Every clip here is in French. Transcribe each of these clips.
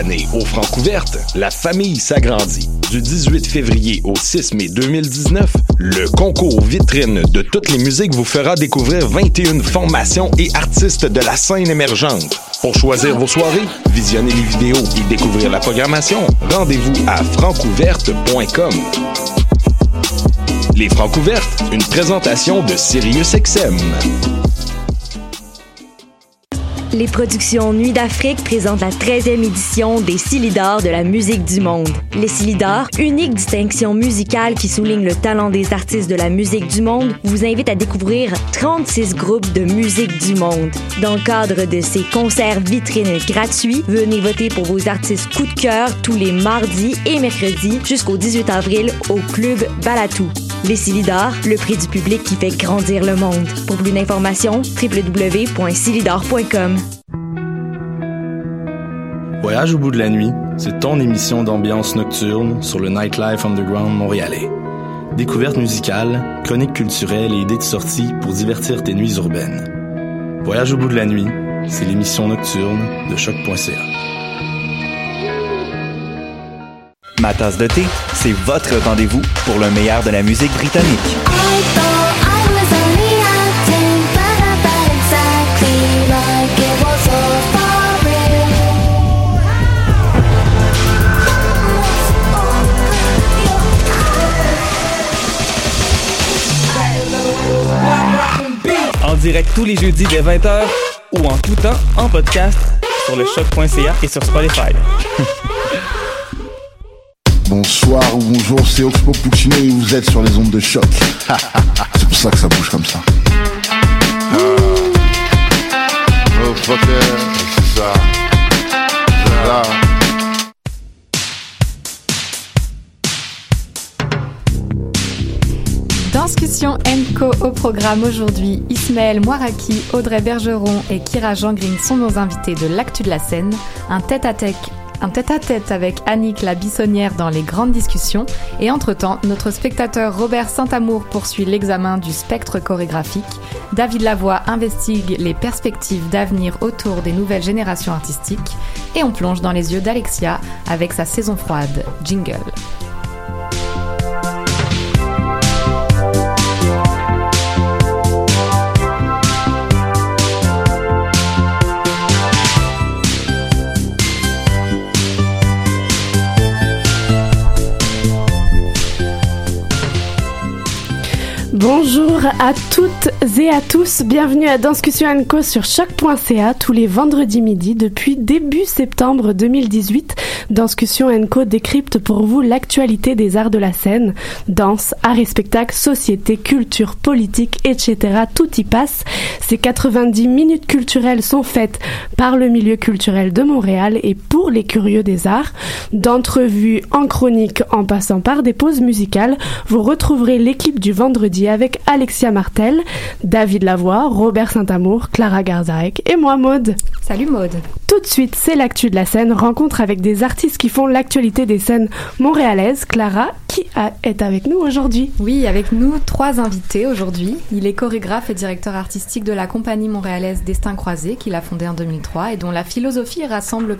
année, aux Francouvertes, la famille s'agrandit. Du 18 février au 6 mai 2019, le concours vitrine de toutes les musiques vous fera découvrir 21 formations et artistes de la scène émergente. Pour choisir vos soirées, visionner les vidéos et découvrir la programmation, rendez-vous à francouverte.com. Les Francouvertes, une présentation de SiriusXM. Les productions Nuit d'Afrique présentent la 13e édition des Silidor de la musique du monde. Les Silidor, unique distinction musicale qui souligne le talent des artistes de la musique du monde, vous invite à découvrir 36 groupes de musique du monde. Dans le cadre de ces concerts vitrines gratuits, venez voter pour vos artistes coup de cœur tous les mardis et mercredis jusqu'au 18 avril au Club Balatou. Les Silidor, le prix du public qui fait grandir le monde. Pour plus d'informations, www.silidor.com. Voyage au bout de la nuit, c'est ton émission d'ambiance nocturne sur le Nightlife Underground montréalais. Découvertes musicales, chroniques culturelles et idées de sortie pour divertir tes nuits urbaines. Voyage au bout de la nuit, c'est l'émission nocturne de choc.ca. Ma tasse de thé, c'est votre rendez-vous pour le meilleur de la musique britannique. En direct tous les jeudis dès 20h ou en tout temps en podcast sur le choc.ca et sur Spotify. Bonsoir ou bonjour, c'est Oxpo Puccino et vous êtes sur les ondes de choc. C'est pour ça que ça bouge comme ça. Oh fucker, c'est ça. C'est là. Danscussion & Co au programme aujourd'hui. Ismaël Moiraki, Audrey Bergeron et Kira Jean-Green sont nos invités de l'actu de la scène. Un tête-à-tête avec Annick la Bissonnière dans les grandes discussions. Et entre-temps, notre spectateur Robert Saint-Amour poursuit l'examen du spectre chorégraphique. David Lavoie investigue les perspectives d'avenir autour des nouvelles générations artistiques. Et on plonge dans les yeux d'Alexia avec sa saison froide. Jingle. Bonjour à toutes et à tous, bienvenue à Danscussion & Co sur choc.ca tous les vendredis midi depuis début septembre 2018. Danscussion & Co décrypte pour vous l'actualité des arts de la scène, danse, arts et spectacles, société, culture, politique, etc. Tout y passe. Ces 90 minutes culturelles sont faites par le milieu culturel de Montréal et pour les curieux des arts. D'entrevues en chronique en passant par des pauses musicales, vous retrouverez l'équipe du vendredi avec Alexia Martel, David Lavoie, Robert Saint-Amour, Clara Garzarek et moi Maude. Salut Maude. Tout de suite, c'est l'actu de la scène, rencontre avec des artistes qui font l'actualité des scènes montréalaises. Clara, qui est avec nous aujourd'hui? Oui, avec nous 3 invités aujourd'hui. Il est chorégraphe et directeur artistique de la compagnie montréalaise Destin Croisé, qu'il a fondée en 2003 et dont la philosophie rassemble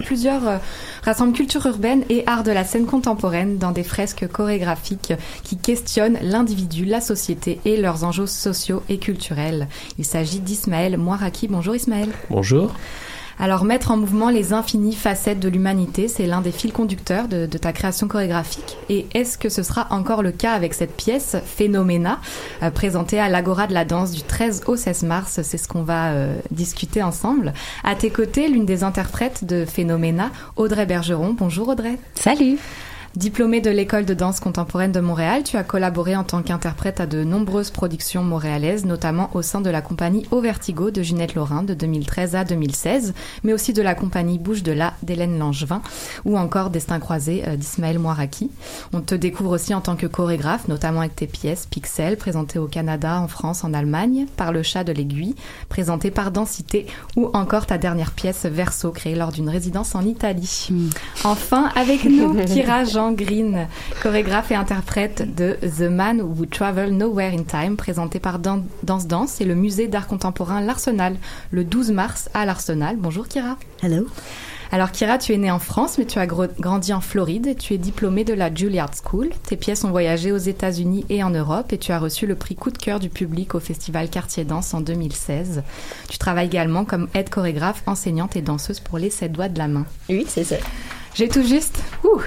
culture urbaine et art de la scène contemporaine dans des fresques chorégraphiques qui questionnent l'individu, la société et leurs enjeux sociaux et culturels. Il s'agit d'Ismaël Moiraki. Bonjour Ismaël. Bonjour. Alors, mettre en mouvement les infinies facettes de l'humanité, c'est l'un des fils conducteurs de ta création chorégraphique. Et est-ce que ce sera encore le cas avec cette pièce, Phénoména, présentée à l'Agora de la Danse du 13 au 16 mars? C'est ce qu'on va discuter ensemble. À tes côtés, l'une des interprètes de Phénoména, Audrey Bergeron. Bonjour Audrey. Salut. Diplômée de l'école de danse contemporaine de Montréal, tu as collaboré en tant qu'interprète à de nombreuses productions montréalaises, notamment au sein de la compagnie Au Vertigo de Ginette Laurin de 2013 à 2016, mais aussi de la compagnie Bouge de là d'Hélène Langevin ou encore Destin Croisé d'Ismaël Moiraki. On te découvre aussi en tant que chorégraphe, notamment avec tes pièces Pixel, présentées au Canada, en France, en Allemagne, par le chat de l'aiguille, présentée par Densité, ou encore ta dernière pièce Verso, créée lors d'une résidence en Italie. Enfin, avec nous, Kira Jean-Green, chorégraphe et interprète de The Man Who Traveled Nowhere in Time, présenté par Danse et le musée d'art contemporain L'Arsenal, le 12 mars à l'Arsenal. Bonjour Kira. Hello. Alors Kira, tu es née en France, mais tu as grandi en Floride et tu es diplômée de la Juilliard School. Tes pièces ont voyagé aux États-Unis et en Europe et tu as reçu le prix coup de cœur du public au Festival Quartier Danse en 2016. Tu travailles également comme aide chorégraphe, enseignante et danseuse pour les 7 doigts de la main. Oui, c'est ça. J'ai tout juste.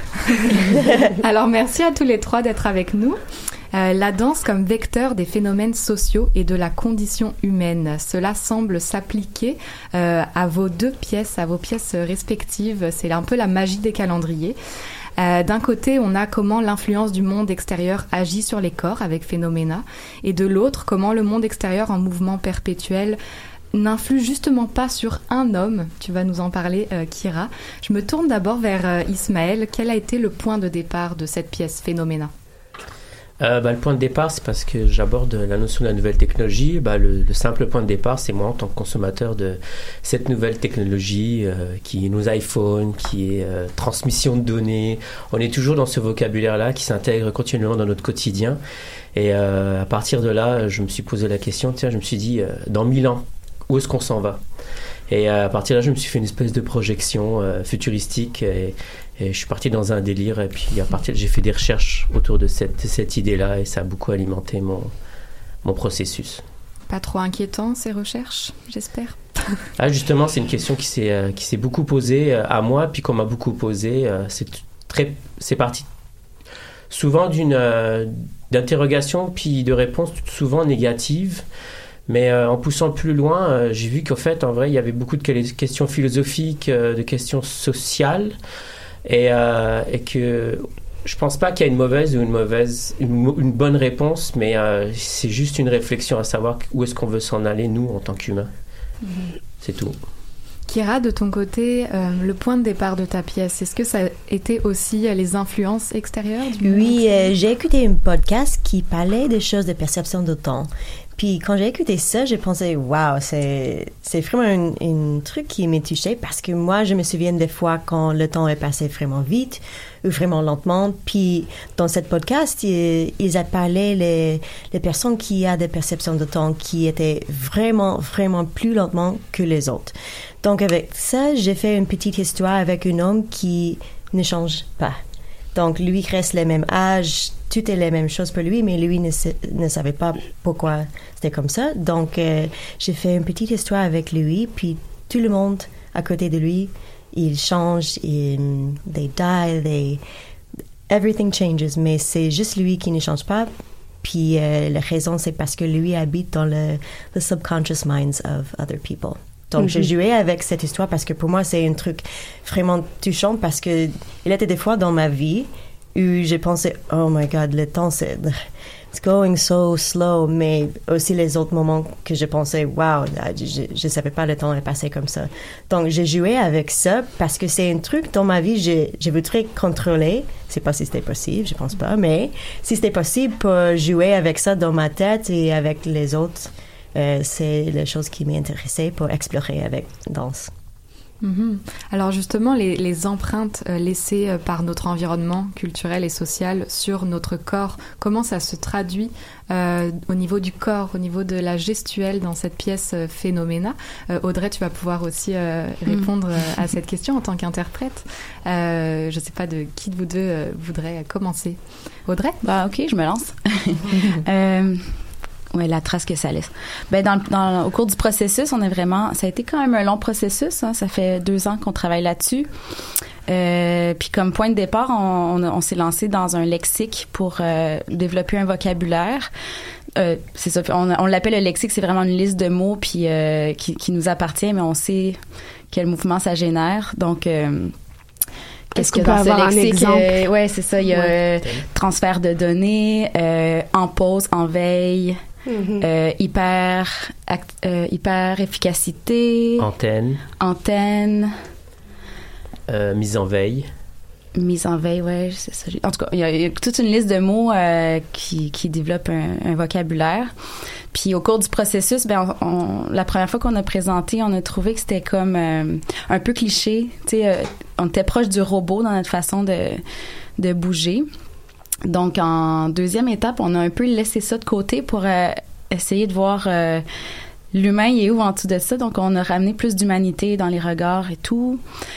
Alors merci à tous les 3 d'être avec nous. La danse comme vecteur des phénomènes sociaux et de la condition humaine. Cela semble s'appliquer à vos pièces respectives. C'est un peu la magie des calendriers. D'un côté, on a comment l'influence du monde extérieur agit sur les corps avec Phénoména, et de l'autre, comment le monde extérieur en mouvement perpétuel n'influe justement pas sur un homme. Tu vas nous en parler, Kira. Je me tourne d'abord vers Ismaël. Quel a été le point de départ de cette pièce Phénoména? Le point de départ, c'est parce que j'aborde la notion de la nouvelle technologie. Le simple point de départ, c'est moi en tant que consommateur de cette nouvelle technologie qui est nos iPhones, qui est transmission de données. On est toujours dans ce vocabulaire-là qui s'intègre continuellement dans notre quotidien. Et à partir de là, je me suis posé la question, je me suis dit, dans 1000 ans, où est-ce qu'on s'en va? Et à partir de là, je me suis fait une espèce de projection futuristique et je suis parti dans un délire. Et puis j'ai fait des recherches autour de cette idée-là et ça a beaucoup alimenté mon processus. Pas trop inquiétant ces recherches, j'espère? Justement, c'est une question qui s'est beaucoup posée à moi, puis qu'on m'a beaucoup posée. C'est parti souvent d'interrogations puis de réponses souvent négatives. Mais en poussant plus loin, j'ai vu qu'en fait, en vrai, il y avait beaucoup de questions philosophiques, de questions sociales, et que je pense pas qu'il y a une mauvaise ou une bonne réponse, mais c'est juste une réflexion à savoir où est-ce qu'on veut s'en aller, nous, en tant qu'humains. C'est tout. Kira, de ton côté, le point de départ de ta pièce, est-ce que ça a été aussi les influences extérieures du monde extérieur? J'ai écouté un podcast qui parlait des choses de perception de temps. Puis quand j'ai écouté ça, j'ai pensé, wow, c'est vraiment un truc qui m'a touchée parce que moi, je me souviens des fois quand le temps est passé vraiment vite ou vraiment lentement. Puis dans cette podcast, ils ont parlé les personnes qui ont des perceptions de temps qui étaient vraiment, vraiment plus lentement que les autres. Donc avec ça, j'ai fait une petite histoire avec un homme qui ne change pas. Donc, lui reste le même âge, tout est la même chose pour lui, mais lui ne savait pas pourquoi c'était comme ça. Donc, j'ai fait une petite histoire avec lui, puis tout le monde à côté de lui, il change, they die, everything changes, mais c'est juste lui qui ne change pas. Puis, la raison, c'est parce que lui habite dans the subconscious minds of other people. Donc, j'ai joué avec cette histoire parce que pour moi, c'est un truc vraiment touchant parce que il était des fois dans ma vie où j'ai pensé, oh my God, le temps, it's going so slow, mais aussi les autres moments que j'ai pensé, wow, je savais pas le temps est passé comme ça. Donc, j'ai joué avec ça parce que c'est un truc dans ma vie, je voudrais contrôler. Je sais pas si c'était possible, je pense pas, mais si c'était possible pour jouer avec ça dans ma tête et avec les autres, c'est la chose qui m'intéressait pour explorer avec danse. Alors justement, les empreintes laissées par notre environnement culturel et social sur notre corps, comment ça se traduit au niveau du corps, au niveau de la gestuelle dans cette pièce Phénoména? Audrey, tu vas pouvoir aussi répondre à cette question en tant qu'interprète. Je ne sais pas de qui de vous deux voudrait commencer. Audrey? Ok, je me lance. Ouais, la trace que ça laisse. Au cours du processus, ça a été quand même un long processus, hein. Ça fait 2 ans qu'on travaille là-dessus. Puis comme point de départ, on s'est lancé dans un lexique pour développer un vocabulaire. C'est ça, on l'appelle le lexique, c'est vraiment une liste de mots puis qui nous appartient, mais on sait quel mouvement ça génère. Donc Est-ce qu'on peut avoir un exemple? Ouais, c'est ça. Il y a transfert de données, en pause, en veille, hyper efficacité, antenne, mise en veille. Mise en veille, ouais, c'est ça. En tout cas, il y a toute une liste de mots qui développent un vocabulaire. Puis au cours du processus, la première fois qu'on a présenté, on a trouvé que c'était comme un peu cliché. Tu sais, on était proche du robot dans notre façon de bouger. Donc en deuxième étape, on a un peu laissé ça de côté pour essayer de voir l'humain il est où en dessous de ça. Donc on a ramené plus d'humanité dans les regards et tout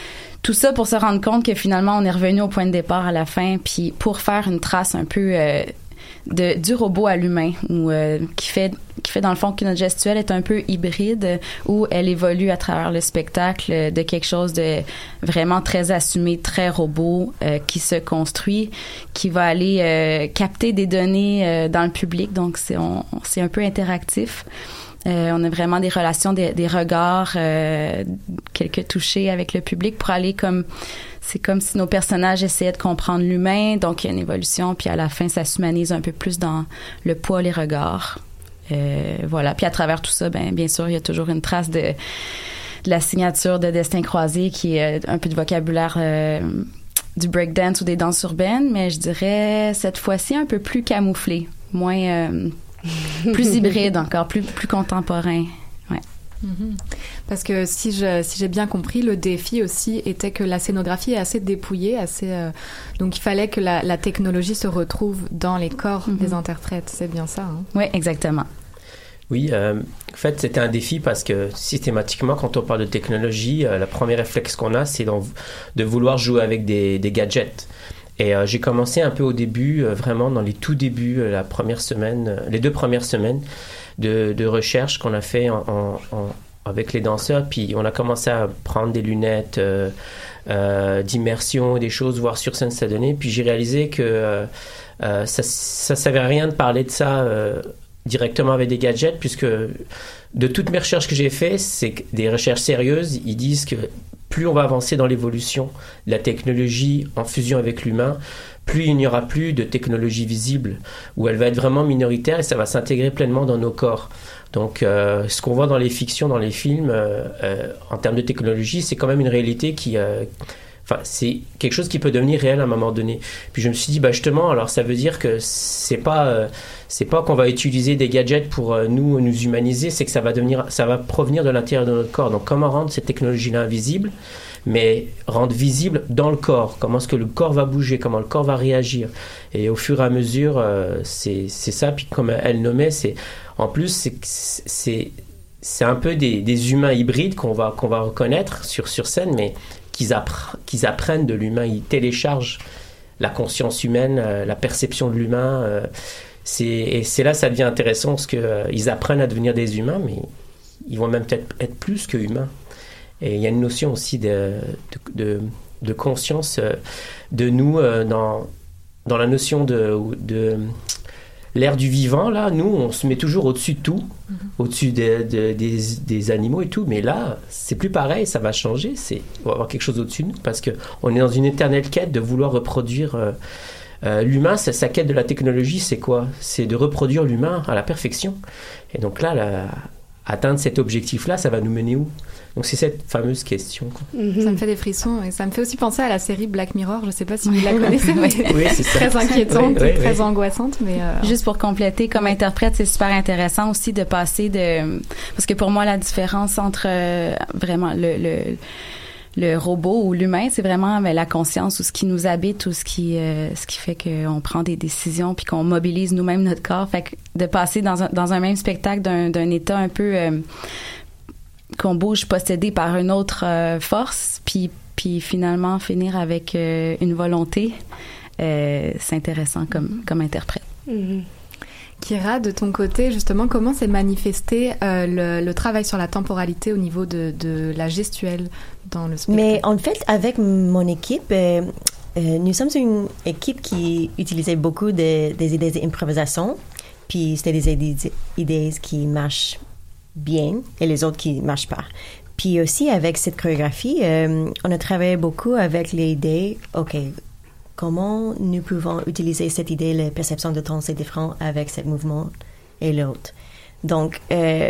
tout ça pour se rendre compte que finalement, on est revenu au point de départ à la fin, puis pour faire une trace un peu du robot à l'humain, ou qui fait dans le fond que notre gestuelle est un peu hybride, où elle évolue à travers le spectacle de quelque chose de vraiment très assumé, très robot, qui se construit, qui va aller capter des données dans le public, donc c'est un peu interactif. On a vraiment des relations, des regards, quelques touchés avec le public pour aller c'est comme si nos personnages essayaient de comprendre l'humain, donc il y a une évolution, puis à la fin, ça s'humanise un peu plus dans le poids, les regards. Voilà. Puis à travers tout ça, bien sûr, il y a toujours une trace de la signature de Destin Croisé, qui est un peu de vocabulaire du breakdance ou des danses urbaines, mais je dirais cette fois-ci un peu plus camouflé, moins plus hybride encore, plus contemporain. Ouais. Parce que si j'ai bien compris, le défi aussi était que la scénographie est assez dépouillée, donc il fallait que la technologie se retrouve dans les corps des interprètes. C'est bien ça, hein? Oui, exactement. Oui, en fait, c'était un défi parce que systématiquement, quand on parle de technologie, le premier réflexe qu'on a, c'est de vouloir jouer avec des gadgets. Et j'ai commencé un peu au début, vraiment dans les tout débuts, les 2 premières semaines de recherche qu'on a fait avec les danseurs. Puis on a commencé à prendre des lunettes d'immersion, des choses, voir sur scène ça donnait. Puis j'ai réalisé que ça servait à rien de parler de ça directement avec des gadgets, puisque de toutes mes recherches que j'ai faites, c'est des recherches sérieuses, ils disent que plus on va avancer dans l'évolution de la technologie en fusion avec l'humain, plus il n'y aura plus de technologie visible, où elle va être vraiment minoritaire et ça va s'intégrer pleinement dans nos corps. Donc, ce qu'on voit dans les fictions, dans les films, en termes de technologie, c'est quand même une réalité c'est quelque chose qui peut devenir réel à un moment donné. Puis je me suis dit, justement, alors ça veut dire que c'est pas qu'on va utiliser des gadgets pour nous humaniser, c'est que ça va provenir de l'intérieur de notre corps. Donc comment rendre cette technologie-là invisible, mais rendre visible dans le corps. Comment est-ce que le corps va bouger, comment le corps va réagir. Et au fur et à mesure, c'est ça. Puis comme elle nommait, c'est un peu des humains hybrides qu'on va reconnaître sur scène, mais qu'ils apprennent de l'humain, ils téléchargent la conscience humaine, la perception de l'humain. Et c'est là que ça devient intéressant, parce qu'ils apprennent à devenir des humains, mais ils vont même peut-être être plus que humains. Et il y a une notion aussi de conscience de nous dans la notion de l'ère du vivant. Là, nous, on se met toujours au-dessus de tout, au-dessus des animaux et tout, mais là, c'est plus pareil, ça va changer, on va avoir quelque chose au-dessus de nous, parce qu'on est dans une éternelle quête de vouloir reproduire l'humain. Sa quête de la technologie, c'est quoi? C'est de reproduire l'humain à la perfection. Et donc là, atteindre cet objectif-là, ça va nous mener où? Donc c'est cette fameuse question, quoi. Ça me fait des frissons, et ça me fait aussi penser à la série Black Mirror. Je sais pas si vous la connaissez, mais oui, c'est très inquiétante et très angoissante. Mais juste pour compléter, comme interprète, c'est super intéressant aussi de passer parce que pour moi, la différence entre vraiment le robot ou l'humain, c'est vraiment la conscience, ou ce qui nous habite, ou ce qui fait qu'on prend des décisions puis qu'on mobilise nous-mêmes notre corps. Fait que de passer dans un même spectacle d'un état un peu qu'on bouge possédé par une autre force, puis finalement finir avec une volonté, c'est intéressant comme interprète. Kira, de ton côté, justement, comment s'est manifesté le travail sur la temporalité au niveau de la gestuelle dans le spectacle? Mais en fait, avec mon équipe, nous sommes une équipe qui utilisait beaucoup des idées d'improvisation, puis c'était des idées qui marchent bien et les autres qui marchent pas. Puis aussi, avec cette chorégraphie, on a travaillé beaucoup avec l'idée, OK, comment nous pouvons utiliser cette idée, la perception de temps, c'est différent avec ce mouvement et l'autre. Donc,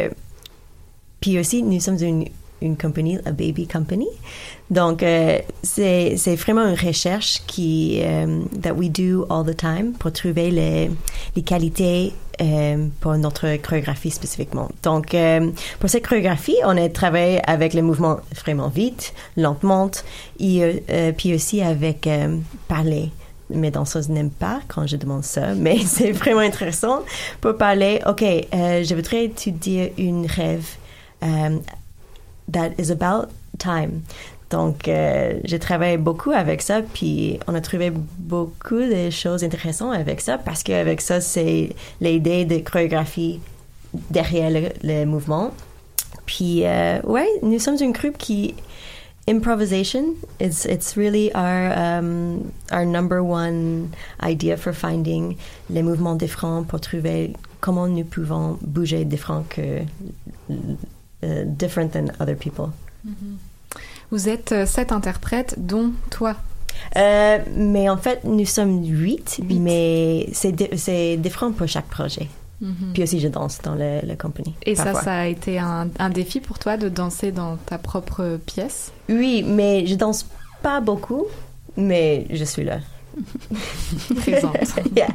puis aussi, nous sommes une compagnie, a baby company. Donc, c'est vraiment une recherche that we do all the time pour trouver les qualités pour notre chorégraphie spécifiquement. Donc, pour cette chorégraphie, on a travaillé avec le mouvement vraiment vite, lentement, et puis aussi avec parler. Mes danseuses n'aiment pas quand je demande ça, mais c'est vraiment intéressant pour parler. OK, je voudrais te dire une rêve that is about time. Donc, j'ai travaillé beaucoup avec ça, puis on a trouvé beaucoup de choses intéressantes avec ça, parce qu'avec ça, c'est l'idée de chorégraphie derrière le mouvement. Puis, ouais, nous sommes une groupe qui... Improvisation, it's really our number one idea for finding les mouvements différents pour trouver comment nous pouvons bouger différent que different than other people. Vous êtes 7 interprètes, dont toi. Mais en fait, nous sommes 8. Mais c'est différent pour chaque projet. Puis aussi, je danse dans la compagnie. Et parfois. ça a été un défi pour toi de danser dans ta propre pièce? Oui, mais je danse pas beaucoup, mais je suis là. Présente. Yeah.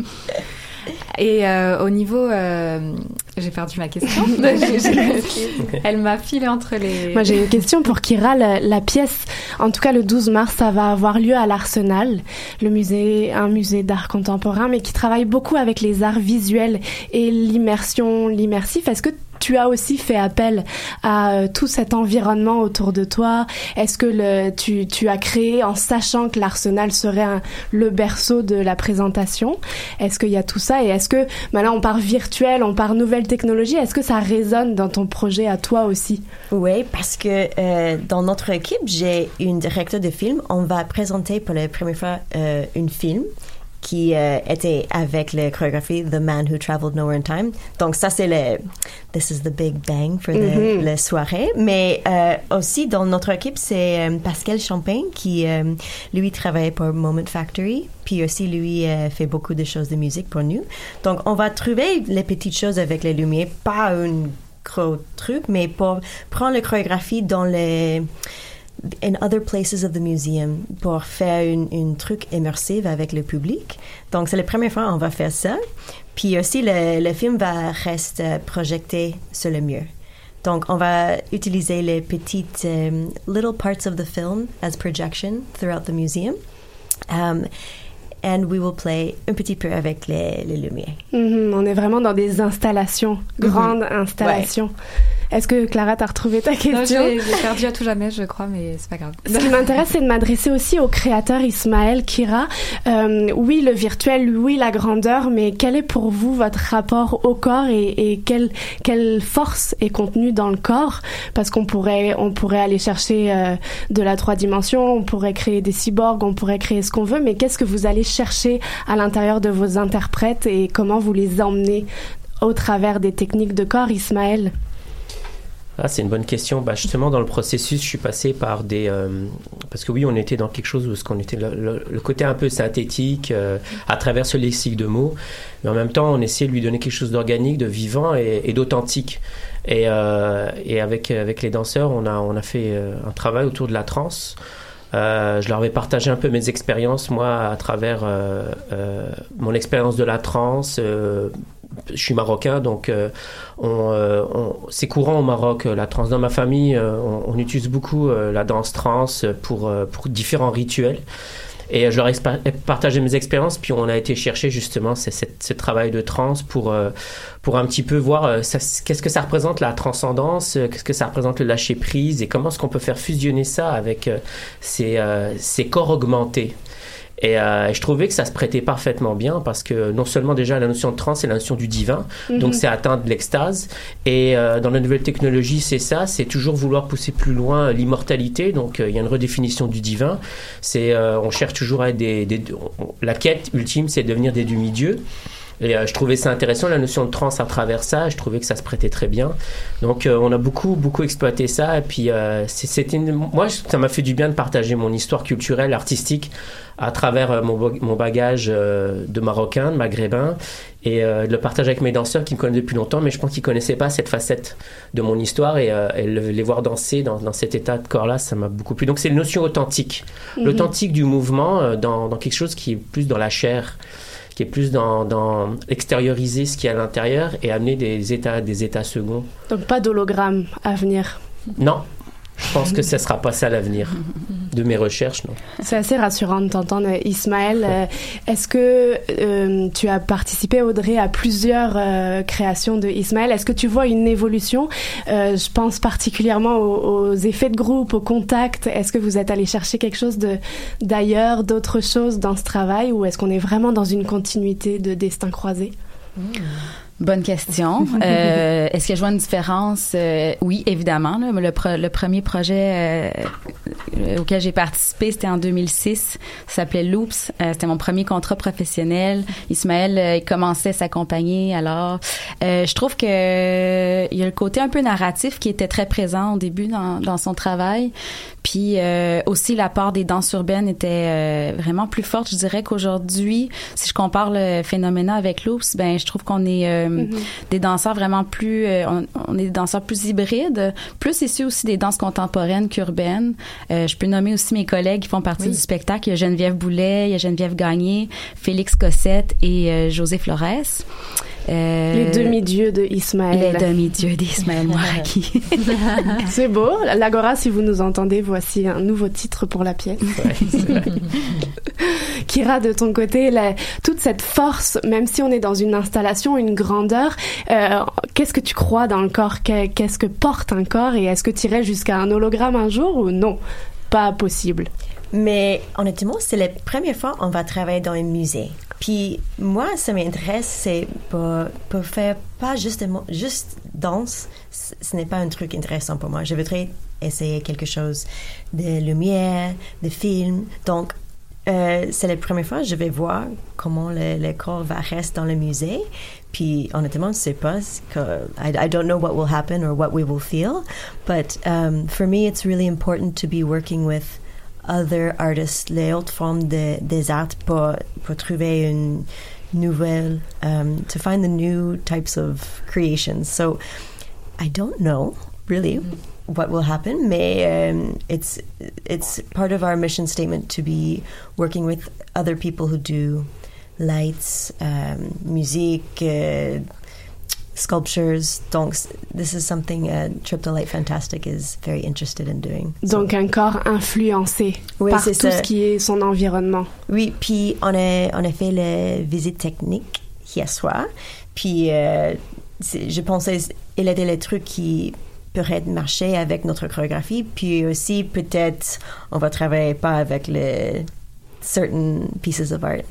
Et au niveau... j'ai perdu ma question. Elle m'a filé entre les... Moi, j'ai une question pour Kira. La pièce, en tout cas le 12 mars, ça va avoir lieu à l'Arsenal, un musée d'art contemporain, mais qui travaille beaucoup avec les arts visuels et l'immersif. Est-ce que tu as aussi fait appel à tout cet environnement autour de toi? Est-ce que tu as créé en sachant que l'Arsenal serait le berceau de la présentation? Est-ce qu'il y a tout ça? Et est-ce que, là, on part virtuel, on part nouvelle technologie, est-ce que ça résonne dans ton projet à toi aussi? Oui, parce que dans notre équipe, j'ai une directrice de film. On va présenter pour la première fois un film qui était avec la chorégraphie The Man Who Traveled Nowhere in Time. Donc ça, c'est This is the big bang pour la soirée. Mais aussi, dans notre équipe, c'est Pascal Champagne qui, lui, travaille pour Moment Factory. Puis aussi, lui, fait beaucoup de choses de musique pour nous. Donc, on va trouver les petites choses avec les lumières, pas un gros truc, mais pour prendre la chorégraphie dans in other places of the museum pour faire une truc immersif avec le public. Donc, c'est la première fois qu'on va faire ça. Puis aussi, le film va rester projeté sur le mur. Donc, on va utiliser les petites little parts of the film as projection throughout the museum. And we will play un petit peu avec les lumières. On est vraiment dans des installations, grandes installations. Ouais. Est-ce que Clara, t'as retrouvé ta question? Non, j'ai perdu à tout jamais, je crois, mais c'est pas grave. Ce qui m'intéresse, c'est de m'adresser aussi au créateur Ismaël, Kira. Oui, le virtuel, oui, la grandeur, mais quel est pour vous votre rapport au corps et quelle force est contenue dans le corps? Parce qu'on pourrait aller chercher de la 3 dimensions, on pourrait créer des cyborgs, on pourrait créer ce qu'on veut, mais qu'est-ce que vous allez chercher à l'intérieur de vos interprètes et comment vous les emmenez au travers des techniques de corps, Ismaël? Ah, c'est une bonne question. Justement, dans le processus, je suis passé par parce que oui, on était dans quelque chose où on était le côté un peu synthétique à travers ce lexique de mots, mais en même temps, on essayait de lui donner quelque chose d'organique, de vivant et d'authentique. Et avec les danseurs, on a fait un travail autour de la trance. Je leur avais partagé un peu mes expériences, moi, à travers mon expérience de la trance. Je suis marocain, donc c'est courant au Maroc, la trance. Dans ma famille, on utilise beaucoup la danse trance pour différents rituels. Et je leur ai partagé mes expériences, puis on a été chercher justement ce travail de trance pour un petit peu voir qu'est-ce que ça représente la transcendance, qu'est-ce que ça représente le lâcher prise, et comment est-ce qu'on peut faire fusionner ça avec ces corps augmentés. Et je trouvais que ça se prêtait parfaitement bien parce que non seulement déjà la notion de trance, c'est la notion du divin, donc c'est atteindre l'extase. Et dans la nouvelle technologie, c'est toujours vouloir pousser plus loin l'immortalité. Donc il y a une redéfinition du divin. On cherche toujours à être la quête ultime, c'est de devenir des demi-dieux. Et je trouvais ça intéressant, la notion de trance à travers ça. Je trouvais que ça se prêtait très bien. Donc, on a beaucoup exploité ça. Et puis, moi, ça m'a fait du bien de partager mon histoire culturelle, artistique, à travers mon bagage de Marocain, de Maghrébin, et de le partager avec mes danseurs qui me connaissent depuis longtemps, mais je pense qu'ils ne connaissaient pas cette facette de mon histoire. Et les voir danser dans cet état de corps-là, ça m'a beaucoup plu. Donc, c'est une notion authentique. L'authentique du mouvement dans quelque chose qui est plus dans la chair, qui est plus dans extérioriser ce qu'il y a à l'intérieur et amener des états seconds. Donc pas d'hologramme à venir. Non. Je pense que ce sera pas ça l'avenir de mes recherches, non. C'est assez rassurant de t'entendre, Ismaël. Est-ce que tu as participé, Audrey, à plusieurs créations de Ismaël? Est-ce que tu vois une évolution? Je pense particulièrement aux effets de groupe, au contact. Est-ce que vous êtes allé chercher quelque chose d'ailleurs, d'autre chose dans ce travail, ou est-ce qu'on est vraiment dans une continuité de destins croisés? Bonne question. Est-ce que je vois une différence? Oui, évidemment. Là. Le premier projet auquel j'ai participé, c'était en 2006. Ça s'appelait Loops. C'était mon premier contrat professionnel. Ismaël, il commençait à s'accompagner. Alors, je trouve que il y a le côté un peu narratif qui était très présent au début dans son travail. Puis aussi, l'apport des danses urbaines était vraiment plus forte. Je dirais qu'aujourd'hui, si je compare le Phénoména avec Loops, ben je trouve qu'on est des danseurs vraiment plus... on est des danseurs plus hybrides, plus issus aussi des danses contemporaines qu'urbaines. Je peux nommer aussi mes collègues qui font partie du spectacle. Il y a Geneviève Boulet, il y a Geneviève Gagné, Félix Cossette et José Flores. Les demi-dieux de Ismaël. Les demi-dieux d'Ismaël Mouraki. C'est beau. L'Agora, si vous nous entendez, voici un nouveau titre pour la pièce. Ouais, c'est vrai. Kira, de ton côté, toute cette force, même si on est dans une installation, une grandeur, qu'est-ce que tu crois dans le corps? Qu'est-ce que porte un corps? Et est-ce que tu irais jusqu'à un hologramme un jour ou non? Pas possible. Mais honnêtement, c'est la première fois qu'on va travailler dans un musée. Puis moi, ça m'intéresse, c'est pour faire pas juste danse. Ce n'est pas un truc intéressant pour moi. Je voudrais essayer quelque chose de lumière, de film. Donc, c'est la première fois que je vais voir comment le corps va rester dans le musée. Puis honnêtement, je ne sais pas. I don't know what will happen or what we will feel. But for me, it's really important to be working with other artists, les autres formes des arts pour trouver une nouvelle, to find the new types of creations. So I don't know really what will happen, mais it's part of our mission statement to be working with other people who do lights, musique, sculptures. Donc, this is something Trip to Light Fantastic is very interested in doing. Donc, un corps influencé par tout ce qui est son environnement. Oui, puis on a fait la visite technique hier soir. Puis, je pensais, il était le truc qui pourrait marcher avec notre chorégraphie. Puis aussi, peut-être, on va travailler pas avec les certain pieces of art.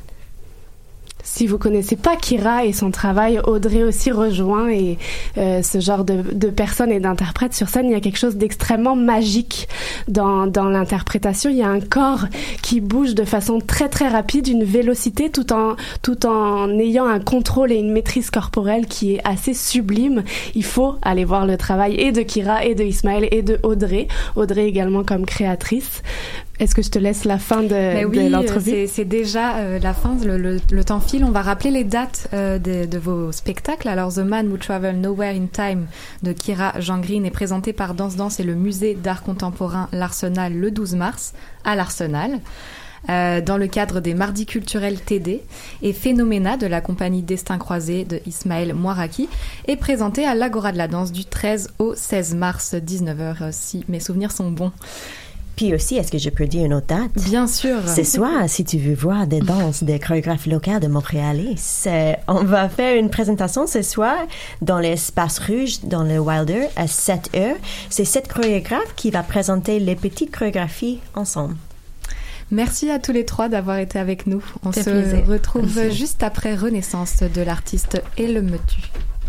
Si vous connaissez pas Kira et son travail, Audrey aussi rejoint et ce genre de personnes et d'interprètes sur scène. Il y a quelque chose d'extrêmement magique dans l'interprétation. Il y a un corps qui bouge de façon très très rapide, une vélocité tout en ayant un contrôle et une maîtrise corporelle qui est assez sublime. Il faut aller voir le travail et de Kira et de Ismaël et de Audrey. Audrey également comme créatrice. Est-ce que je te laisse la fin de l'entrevue? C'est déjà la fin, le temps file. On va rappeler les dates de vos spectacles. Alors, The Man Who Traveled Nowhere in Time de Kira Jean Green est présenté par Danse Danse et le musée d'art contemporain L'Arsenal le 12 mars à l'Arsenal. Dans le cadre des Mardis culturels TD, et Phénoména de la compagnie Destin Croisé de Ismaël Mouraki est présenté à l'Agora de la Danse du 13 au 16 mars, 19h, si mes souvenirs sont bons. Puis aussi, est-ce que je peux dire une autre date? Bien sûr. Ce soir, si tu veux voir des danses des chorégraphes locaux de Montréal, on va faire une présentation ce soir dans l'espace rouge, dans le Wilder, à 7h. C'est cette chorégraphe qui va présenter les petites chorégraphies ensemble. Merci à tous les trois d'avoir été avec nous. On se retrouve juste après Renaissance de l'artiste Elle me tue.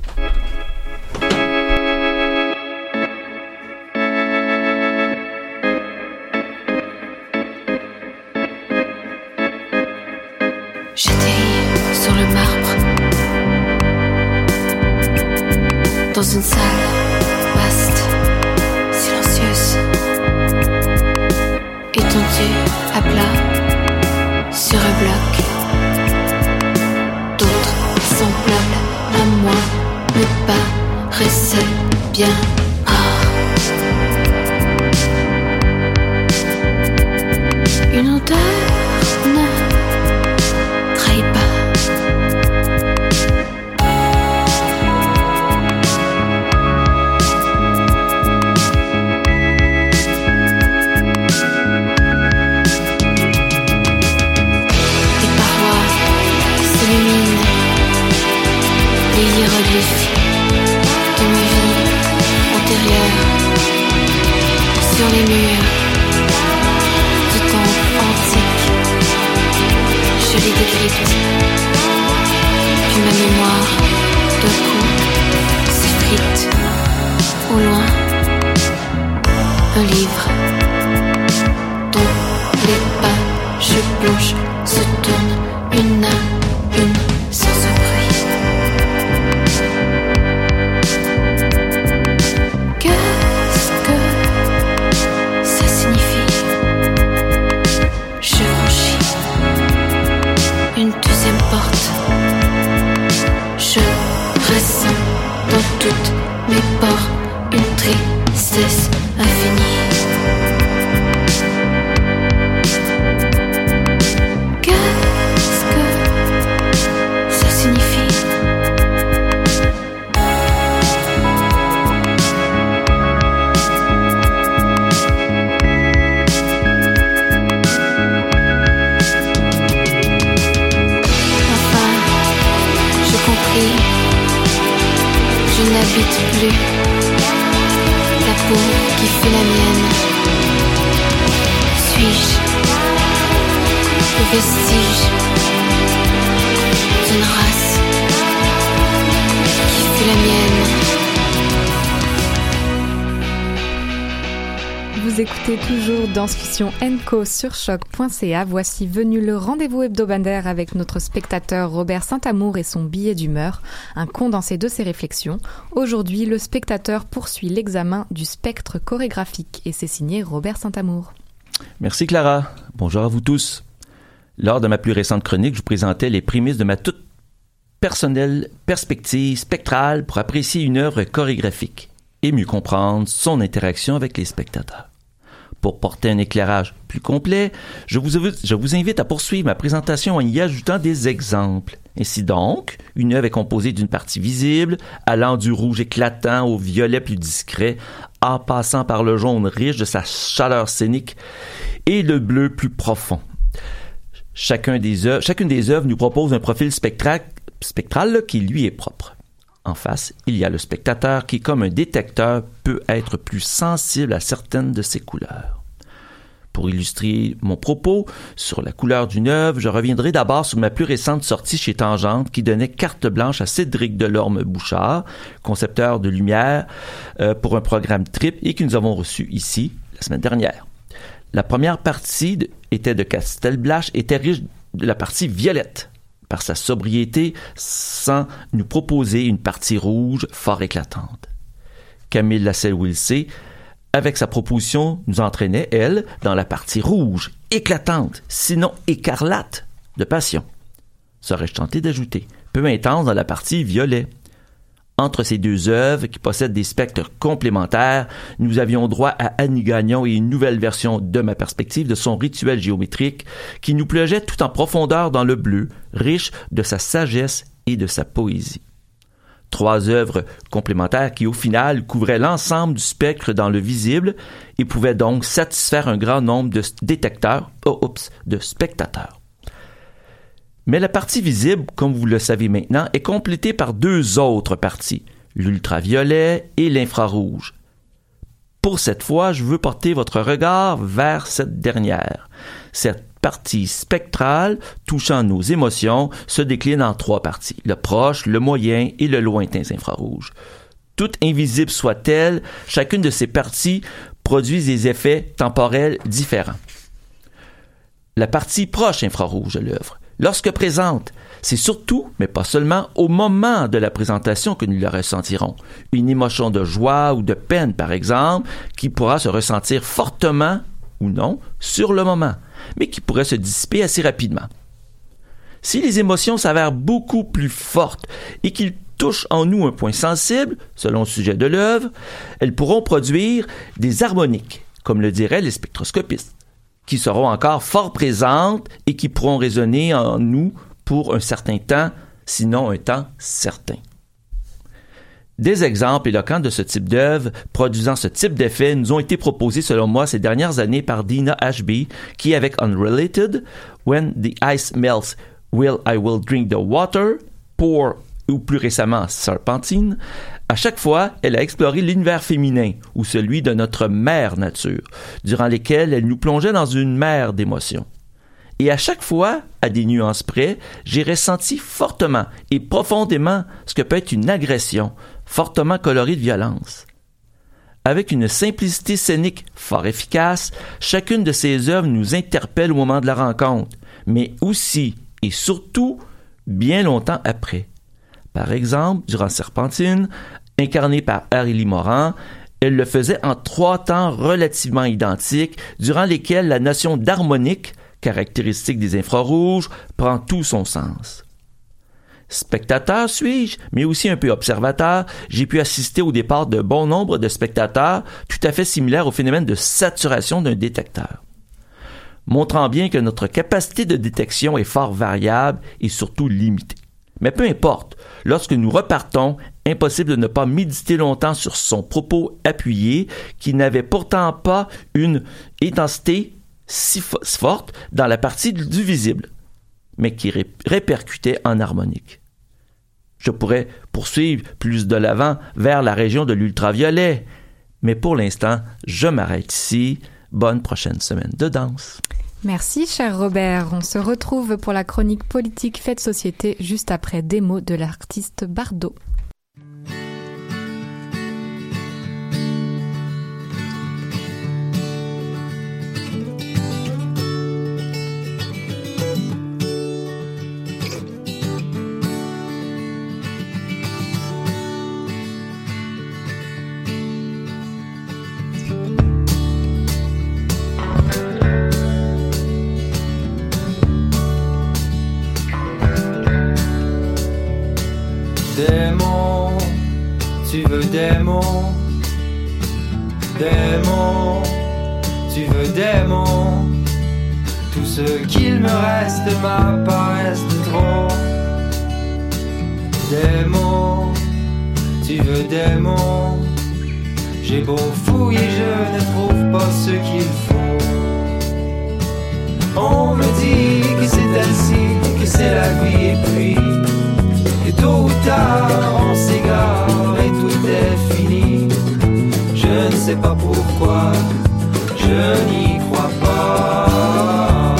J'étais sur le marbre, dans une salle vaste, silencieuse, étendue à plat sur un bloc. D'autres semblables à moi me paraissaient bien rares. Une odeur ne trahit pas. récits de ma vie antérieure sur les murs du temps antique. Je les décrypte, puis ma mémoire d'un coup s'effrite au loin. Un livre dont les pages blanches se tournent une à une sans un bruit. Qu'est-ce que ça signifie? Je franchis une deuxième porte. Je ressens dans toutes mes pores une tristesse infinie. Qu'est-ce que ça signifie? Enfin, j'ai compris. Je n'habite plus la peau qui fut la mienne. Suis-je le vestige d'une race qui fut la mienne? Vous écoutez toujours Danscussion & Co sur choc.ca. Voici venu le rendez-vous hebdomadaire avec notre spectateur Robert Saint-Amour et son billet d'humeur, un condensé de ses réflexions. Aujourd'hui, le spectateur poursuit l'examen du spectre chorégraphique et c'est signé Robert Saint-Amour. Merci Clara. Bonjour à vous tous. Lors de ma plus récente chronique, je vous présentais les prémices de ma toute personnelle perspective spectrale pour apprécier une œuvre chorégraphique et mieux comprendre son interaction avec les spectateurs. Pour porter un éclairage plus complet, je vous invite à poursuivre ma présentation en y ajoutant des exemples. Ainsi donc, une œuvre est composée d'une partie visible, allant du rouge éclatant au violet plus discret, en passant par le jaune riche de sa chaleur scénique et le bleu plus profond. Chacune des œuvres nous propose un profil spectral qui lui est propre. En face, il y a le spectateur qui, comme un détecteur, peut être plus sensible à certaines de ses couleurs. Pour illustrer mon propos sur la couleur d'une œuvre, je reviendrai d'abord sur ma plus récente sortie chez Tangente qui donnait carte blanche à Cédric Delorme-Bouchard, concepteur de lumière pour un programme TRIP et que nous avons reçu ici la semaine dernière. La première partie était de Castelblache, était riche de la partie violette, par sa sobriété, sans nous proposer une partie rouge fort éclatante. Camille Lasselle-Wilsey, avec sa proposition, nous entraînait, elle, dans la partie rouge, éclatante, sinon écarlate, de passion. Serais-je tenté d'ajouter, peu intense dans la partie violet. Entre ces deux œuvres, qui possèdent des spectres complémentaires, nous avions droit à Annie Gagnon et une nouvelle version de ma perspective de son rituel géométrique qui nous plongeait tout en profondeur dans le bleu, riche de sa sagesse et de sa poésie. Trois œuvres complémentaires qui, au final, couvraient l'ensemble du spectre dans le visible et pouvaient donc satisfaire un grand nombre de de spectateurs. Mais la partie visible, comme vous le savez maintenant, est complétée par deux autres parties, l'ultraviolet et l'infrarouge. Pour cette fois, je veux porter votre regard vers cette dernière. Cette partie spectrale, touchant nos émotions, se décline en trois parties, le proche, le moyen et le lointain infrarouge. Toute invisible soit-elle, chacune de ces parties produit des effets temporels différents. La partie proche infrarouge de l'œuvre, lorsque présente, c'est surtout, mais pas seulement, au moment de la présentation que nous la ressentirons. Une émotion de joie ou de peine, par exemple, qui pourra se ressentir fortement ou non sur le moment, mais qui pourrait se dissiper assez rapidement. Si les émotions s'avèrent beaucoup plus fortes et qu'ils touchent en nous un point sensible, selon le sujet de l'œuvre, elles pourront produire des harmoniques, comme le diraient les spectroscopistes, qui seront encore fort présentes et qui pourront résonner en nous pour un certain temps, sinon un temps certain. Des exemples éloquents de ce type d'œuvre produisant ce type d'effet nous ont été proposés selon moi ces dernières années par Dina Ashby, qui avec Unrelated, When the Ice Melts, Will I Will Drink the Water, Pour ou plus récemment Serpentine, à chaque fois, elle a exploré l'univers féminin ou celui de notre mère nature, durant lesquels elle nous plongeait dans une mer d'émotions. Et à chaque fois, à des nuances près, j'ai ressenti fortement et profondément ce que peut être une agression, fortement colorée de violence. Avec une simplicité scénique fort efficace, chacune de ses œuvres nous interpelle au moment de la rencontre, mais aussi et surtout bien longtemps après. Par exemple, durant Serpentine, incarnée par Arely Morand, elle le faisait en 3 temps relativement identiques, durant lesquels la notion d'harmonique, caractéristique des infrarouges, prend tout son sens. Spectateur suis-je, mais aussi un peu observateur, j'ai pu assister au départ de bon nombre de spectateurs tout à fait similaires au phénomène de saturation d'un détecteur. Montrant bien que notre capacité de détection est fort variable et surtout limitée. Mais peu importe, lorsque nous repartons, impossible de ne pas méditer longtemps sur son propos appuyé qui n'avait pourtant pas une intensité si forte dans la partie du visible, mais qui répercutait en harmonique. Je pourrais poursuivre plus de l'avant vers la région de l'ultraviolet, mais pour l'instant, je m'arrête ici. Bonne prochaine semaine de danse. Merci, cher Robert. On se retrouve pour la chronique politique Fait de Société juste après des mots de l'artiste Bardot. Démon, tu veux démon, démon, tu veux démon. Tout ce qu'il me reste m'apparaissent de trop. Démon, tu veux démon. J'ai beau fouiller, je ne trouve pas ce qu'il faut. On me dit que c'est ainsi, que c'est la vie et puis et tôt ou tard on s'égare et tout est fini. Je ne sais pas pourquoi, je n'y crois pas.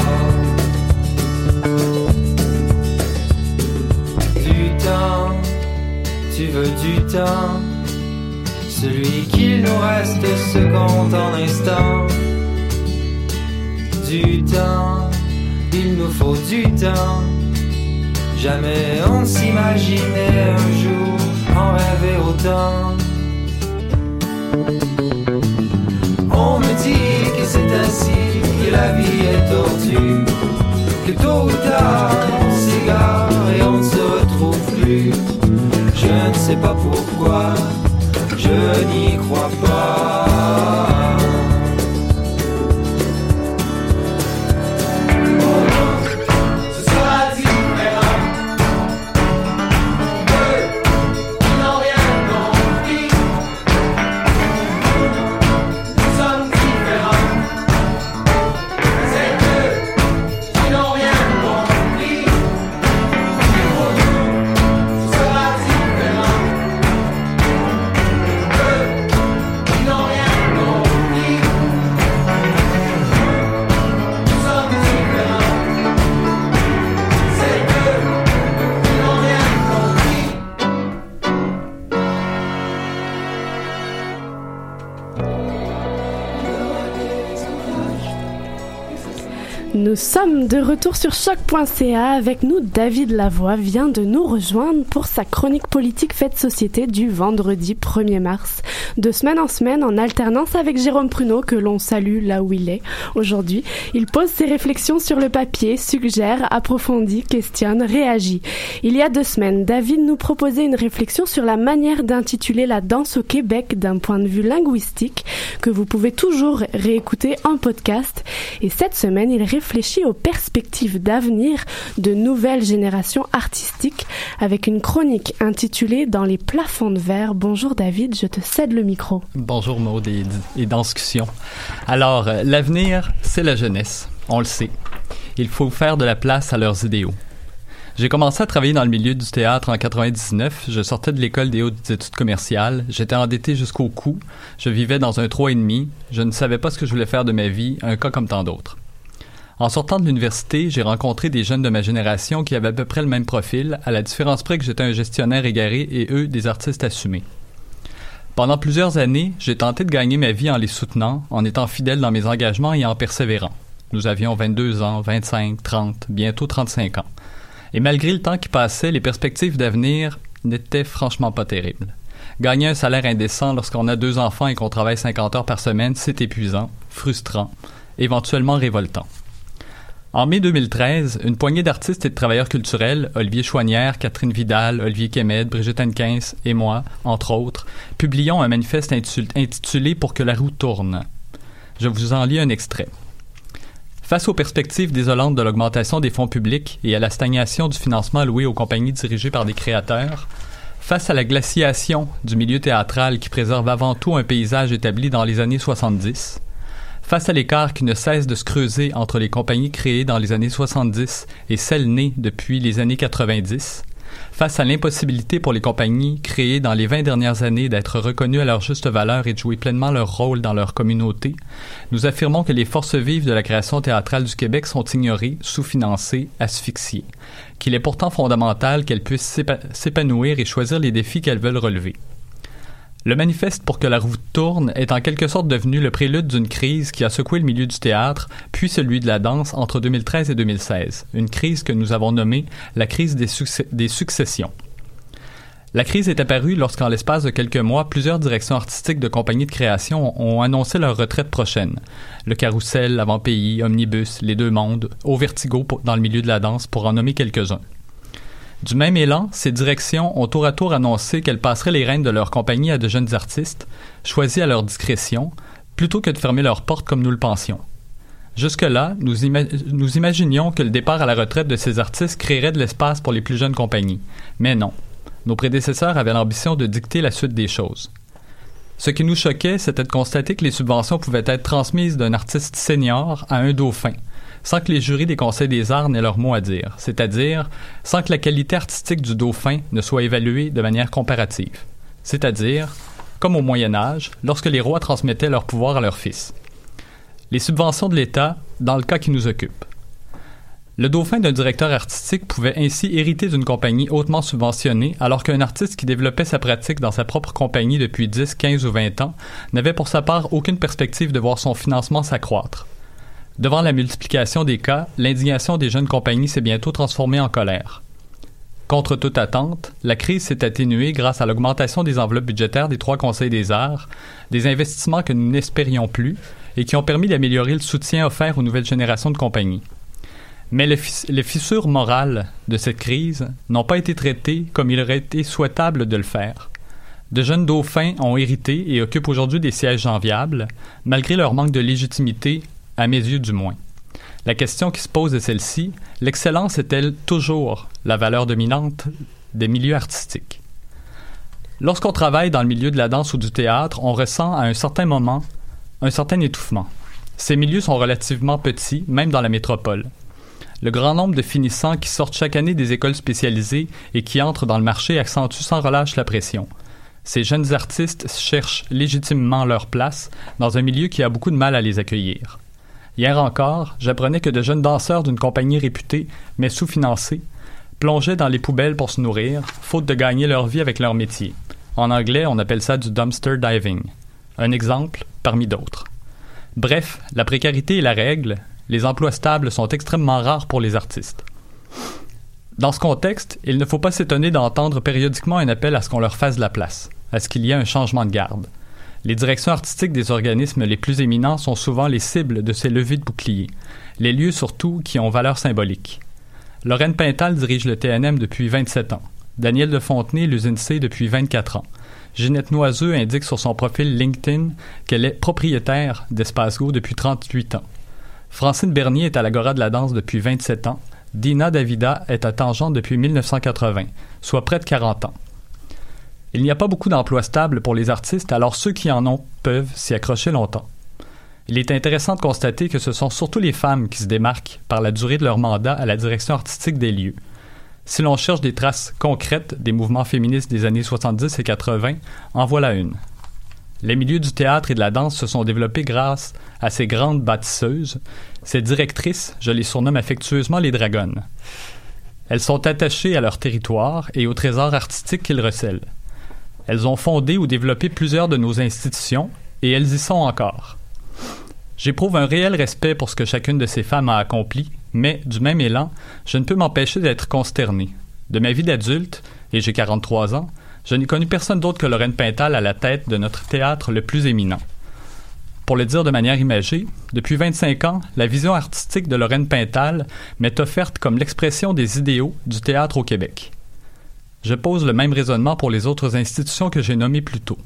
Du temps, tu veux du temps. Celui qu'il nous reste se compte en instants. Du temps, il nous faut du temps. Jamais on ne s'imaginait un jour en rêver autant. On me dit que c'est ainsi, que la vie est tordue, que tôt ou tard on s'égare et on ne se retrouve plus. Je ne sais pas pourquoi, je n'y crois pas. Nous sommes de retour sur choc.ca. Avec nous, David Lavoie vient de nous rejoindre pour sa chronique politique Fait de Société du vendredi 1er mars. De semaine en semaine, en alternance avec Jérôme Pruneau, que l'on salue là où il est aujourd'hui. Il pose ses réflexions sur le papier, suggère, approfondit, questionne, réagit. Il y a 2 semaines, David nous proposait une réflexion sur la manière d'intituler la danse au Québec d'un point de vue linguistique, que vous pouvez toujours réécouter en podcast. Et cette semaine, il réfléchit aux perspectives d'avenir de nouvelles générations artistiques avec une chronique intitulée Dans les plafonds de verre. Bonjour David, je te cède le micro. Bonjour Maud et discussion. Alors, l'avenir, c'est la jeunesse, on le sait. Il faut faire de la place à leurs idéaux. J'ai commencé à travailler dans le milieu du théâtre en 99. Je sortais de l'école des hautes études commerciales. J'étais endetté jusqu'au cou. Je vivais dans un 3,5. Je ne savais pas ce que je voulais faire de ma vie, un cas comme tant d'autres. En sortant de l'université, j'ai rencontré des jeunes de ma génération qui avaient à peu près le même profil, à la différence près que j'étais un gestionnaire égaré et eux, des artistes assumés. Pendant plusieurs années, j'ai tenté de gagner ma vie en les soutenant, en étant fidèle dans mes engagements et en persévérant. Nous avions 22 ans, 25, 30, bientôt 35 ans. Et malgré le temps qui passait, les perspectives d'avenir n'étaient franchement pas terribles. Gagner un salaire indécent lorsqu'on a 2 enfants et qu'on travaille 50 heures par semaine, c'est épuisant, frustrant, éventuellement révoltant. En mai 2013, une poignée d'artistes et de travailleurs culturels, Olivier Chouanière, Catherine Vidal, Olivier Kemed, Brigitte Hennequins et moi, entre autres, publions un manifeste intitulé « Pour que la roue tourne ». Je vous en lis un extrait. Face aux perspectives désolantes de l'augmentation des fonds publics et à la stagnation du financement alloué aux compagnies dirigées par des créateurs, face à la glaciation du milieu théâtral qui préserve avant tout un paysage établi dans les années 70, face à l'écart qui ne cesse de se creuser entre les compagnies créées dans les années 70 et celles nées depuis les années 90, face à l'impossibilité pour les compagnies créées dans les 20 dernières années d'être reconnues à leur juste valeur et de jouer pleinement leur rôle dans leur communauté, nous affirmons que les forces vives de la création théâtrale du Québec sont ignorées, sous-financées, asphyxiées, qu'il est pourtant fondamental qu'elles puissent s'épanouir et choisir les défis qu'elles veulent relever. Le manifeste pour que la roue tourne est en quelque sorte devenu le prélude d'une crise qui a secoué le milieu du théâtre, puis celui de la danse entre 2013 et 2016, une crise que nous avons nommée la crise des successions. La crise est apparue lorsqu'en l'espace de quelques mois, plusieurs directions artistiques de compagnies de création ont annoncé leur retraite prochaine. Le Carrousel, Avant-Pays, Omnibus, Les Deux Mondes, Au Vertigo dans le milieu de la danse, pour en nommer quelques-uns. Du même élan, ces directions ont tour à tour annoncé qu'elles passeraient les rênes de leur compagnie à de jeunes artistes, choisis à leur discrétion, plutôt que de fermer leurs portes comme nous le pensions. Jusque-là, nous imaginions que le départ à la retraite de ces artistes créerait de l'espace pour les plus jeunes compagnies. Mais non. Nos prédécesseurs avaient l'ambition de dicter la suite des choses. Ce qui nous choquait, c'était de constater que les subventions pouvaient être transmises d'un artiste senior à un dauphin, sans que les jurys des conseils des arts n'aient leur mot à dire, c'est-à-dire sans que la qualité artistique du dauphin ne soit évaluée de manière comparative, c'est-à-dire comme au Moyen Âge, lorsque les rois transmettaient leur pouvoir à leurs fils. Les subventions de l'État, dans le cas qui nous occupe. Le dauphin d'un directeur artistique pouvait ainsi hériter d'une compagnie hautement subventionnée, alors qu'un artiste qui développait sa pratique dans sa propre compagnie depuis 10, 15 ou 20 ans n'avait pour sa part aucune perspective de voir son financement s'accroître. Devant la multiplication des cas, l'indignation des jeunes compagnies s'est bientôt transformée en colère. Contre toute attente, la crise s'est atténuée grâce à l'augmentation des enveloppes budgétaires des 3 conseils des arts, des investissements que nous n'espérions plus et qui ont permis d'améliorer le soutien offert aux nouvelles générations de compagnies. Mais les fissures morales de cette crise n'ont pas été traitées comme il aurait été souhaitable de le faire. De jeunes dauphins ont hérité et occupent aujourd'hui des sièges enviables, malgré leur manque de légitimité, à mes yeux du moins. La question qui se pose est celle-ci: l'excellence est-elle toujours la valeur dominante des milieux artistiques? Lorsqu'on travaille dans le milieu de la danse ou du théâtre, on ressent à un certain moment un certain étouffement. Ces milieux sont relativement petits, même dans la métropole. Le grand nombre de finissants qui sortent chaque année des écoles spécialisées et qui entrent dans le marché accentue sans relâche la pression. Ces jeunes artistes cherchent légitimement leur place dans un milieu qui a beaucoup de mal à les accueillir. Hier encore, j'apprenais que de jeunes danseurs d'une compagnie réputée, mais sous-financée, plongeaient dans les poubelles pour se nourrir, faute de gagner leur vie avec leur métier. En anglais, on appelle ça du dumpster diving. Un exemple parmi d'autres. Bref, la précarité est la règle, les emplois stables sont extrêmement rares pour les artistes. Dans ce contexte, il ne faut pas s'étonner d'entendre périodiquement un appel à ce qu'on leur fasse de la place, à ce qu'il y ait un changement de garde. Les directions artistiques des organismes les plus éminents sont souvent les cibles de ces levées de boucliers, les lieux surtout qui ont valeur symbolique. Lorraine Pintal dirige le TNM depuis 27 ans. Daniel de Fontenay l'usine C depuis 24 ans. Ginette Noiseux indique sur son profil LinkedIn qu'elle est propriétaire d'Espace Go depuis 38 ans. Francine Bernier est à l'Agora de la danse depuis 27 ans. Dina Davida est à Tangente depuis 1980, soit près de 40 ans. Il n'y a pas beaucoup d'emplois stables pour les artistes, alors ceux qui en ont peuvent s'y accrocher longtemps. Il est intéressant de constater que ce sont surtout les femmes qui se démarquent par la durée de leur mandat à la direction artistique des lieux. Si l'on cherche des traces concrètes des mouvements féministes des années 70 et 80, en voilà une. Les milieux du théâtre et de la danse se sont développés grâce à ces grandes bâtisseuses. Ces directrices, je les surnomme affectueusement les dragonnes. Elles sont attachées à leur territoire et aux trésors artistiques qu'ils recèlent. Elles ont fondé ou développé plusieurs de nos institutions et elles y sont encore. J'éprouve un réel respect pour ce que chacune de ces femmes a accompli, mais, du même élan, je ne peux m'empêcher d'être consterné. De ma vie d'adulte, et j'ai 43 ans, je n'ai connu personne d'autre que Lorraine Pintal à la tête de notre théâtre le plus éminent. Pour le dire de manière imagée, depuis 25 ans, la vision artistique de Lorraine Pintal m'est offerte comme l'expression des idéaux du théâtre au Québec. Je pose le même raisonnement pour les autres institutions que j'ai nommées plus tôt.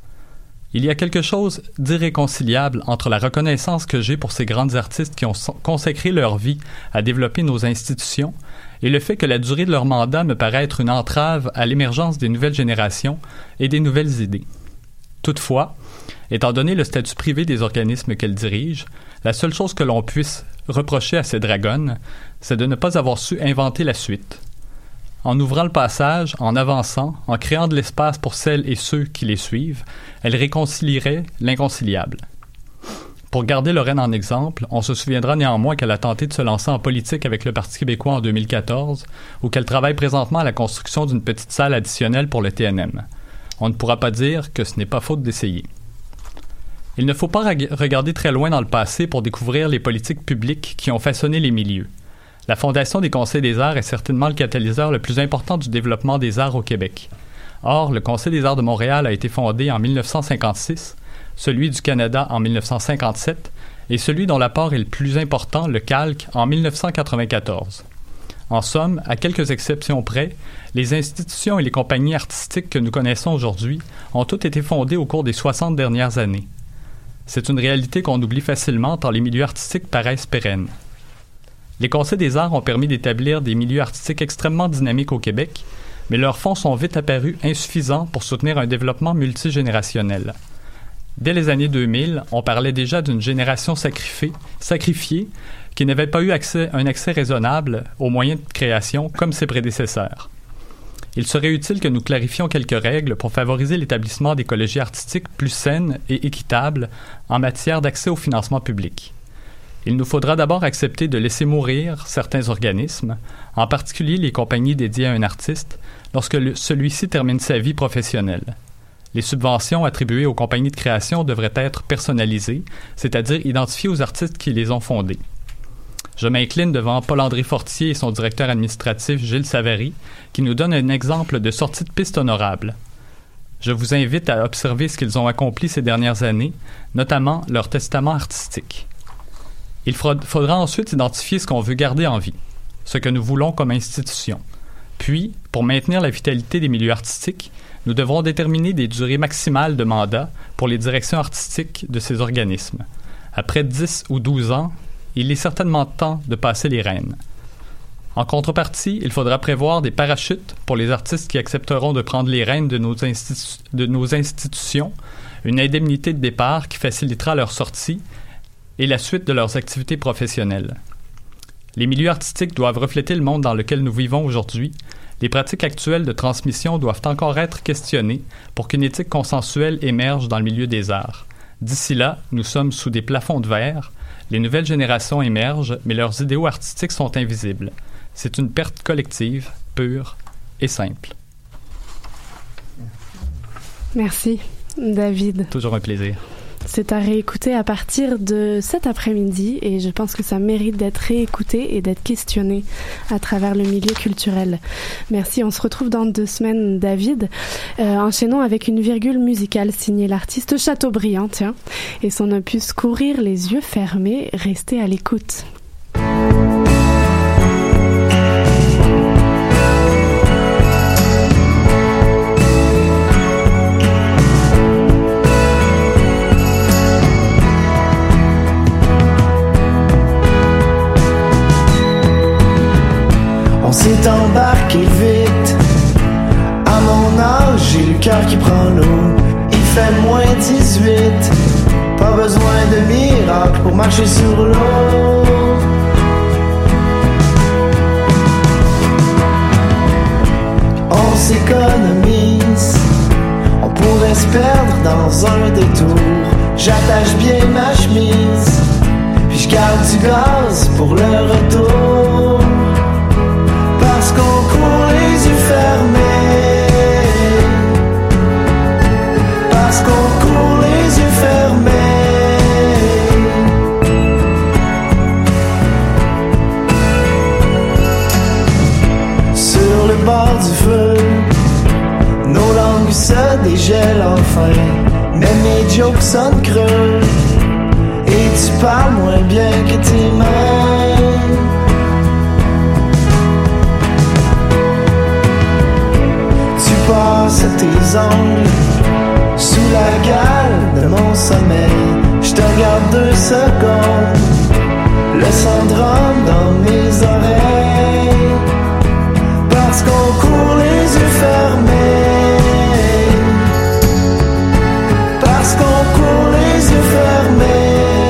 Il y a quelque chose d'irréconciliable entre la reconnaissance que j'ai pour ces grandes artistes qui ont consacré leur vie à développer nos institutions et le fait que la durée de leur mandat me paraît être une entrave à l'émergence des nouvelles générations et des nouvelles idées. Toutefois, étant donné le statut privé des organismes qu'elles dirigent, la seule chose que l'on puisse reprocher à ces dragonnes, c'est de ne pas avoir su inventer la suite. En ouvrant le passage, en avançant, en créant de l'espace pour celles et ceux qui les suivent, elles réconcilieraient l'inconciliable. Pour garder Lorraine en exemple, on se souviendra néanmoins qu'elle a tenté de se lancer en politique avec le Parti québécois en 2014, ou qu'elle travaille présentement à la construction d'une petite salle additionnelle pour le TNM. On ne pourra pas dire que ce n'est pas faute d'essayer. Il ne faut pas regarder très loin dans le passé pour découvrir les politiques publiques qui ont façonné les milieux. La fondation des Conseils des arts est certainement le catalyseur le plus important du développement des arts au Québec. Or, le Conseil des arts de Montréal a été fondé en 1956, celui du Canada en 1957 et celui dont l'apport est le plus important, le Calque, en 1994. En somme, à quelques exceptions près, les institutions et les compagnies artistiques que nous connaissons aujourd'hui ont toutes été fondées au cours des 60 dernières années. C'est une réalité qu'on oublie facilement tant les milieux artistiques paraissent pérennes. Les Conseils des arts ont permis d'établir des milieux artistiques extrêmement dynamiques au Québec, mais leurs fonds sont vite apparus insuffisants pour soutenir un développement multigénérationnel. Dès les années 2000, on parlait déjà d'une génération sacrifiée qui n'avait pas eu un accès raisonnable aux moyens de création comme ses prédécesseurs. Il serait utile que nous clarifions quelques règles pour favoriser l'établissement d'écologies artistiques plus saines et équitables en matière d'accès au financement public. Il nous faudra d'abord accepter de laisser mourir certains organismes, en particulier les compagnies dédiées à un artiste, lorsque celui-ci termine sa vie professionnelle. Les subventions attribuées aux compagnies de création devraient être personnalisées, c'est-à-dire identifiées aux artistes qui les ont fondées. Je m'incline devant Paul-André Fortier et son directeur administratif Gilles Savary, qui nous donnent un exemple de sortie de piste honorable. Je vous invite à observer ce qu'ils ont accompli ces dernières années, notamment leur testament artistique. Il faudra ensuite identifier ce qu'on veut garder en vie, ce que nous voulons comme institution. Puis, pour maintenir la vitalité des milieux artistiques, nous devrons déterminer des durées maximales de mandat pour les directions artistiques de ces organismes. Après 10 ou 12 ans, il est certainement temps de passer les rênes. En contrepartie, il faudra prévoir des parachutes pour les artistes qui accepteront de prendre les rênes de nos institutions, une indemnité de départ qui facilitera leur sortie et la suite de leurs activités professionnelles. Les milieux artistiques doivent refléter le monde dans lequel nous vivons aujourd'hui. Les pratiques actuelles de transmission doivent encore être questionnées pour qu'une éthique consensuelle émerge dans le milieu des arts. D'ici là, nous sommes sous des plafonds de verre. Les nouvelles générations émergent, mais leurs idéaux artistiques sont invisibles. C'est une perte collective, pure et simple. Merci, David. Toujours un plaisir. C'est à réécouter à partir de cet après-midi et je pense que ça mérite d'être réécouté et d'être questionné à travers le milieu culturel. Merci, on se retrouve dans 2 semaines, David. Enchaînons avec une virgule musicale signée l'artiste Chateaubriand, tiens, et son opus Courir les yeux fermés. Restez à l'écoute. On s'est embarqué vite. À mon âge, j'ai le cœur qui prend l'eau. Il fait moins 18. Pas besoin de miracle pour marcher sur l'eau. s'économise. On pourrait se perdre dans un détour. J'attache bien ma chemise, puis je garde du gaz pour le retour. Parce qu'on court les yeux fermés. Parce qu'on court les yeux fermés. Sur le bord du feu, nos langues se dégèlent enfin. Mais mes jokes sonnent creux, et tu parles moins bien que tes mains. Tu passes tes ongles sous la gale de mon sommeil. Je te regarde 2 secondes, le syndrome dans mes oreilles. Parce qu'on court les yeux fermés. Parce qu'on court les yeux fermés.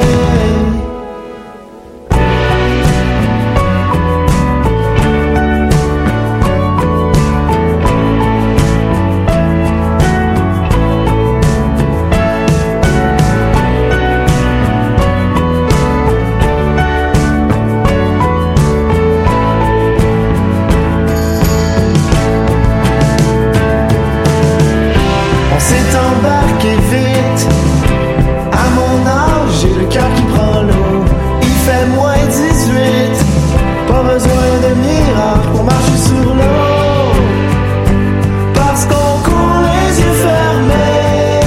On s'est embarqué vite. À mon âge, j'ai le cœur qui prend l'eau. Il fait moins 18. Pas besoin de miracle pour marcher sur l'eau. Parce qu'on court les yeux fermés.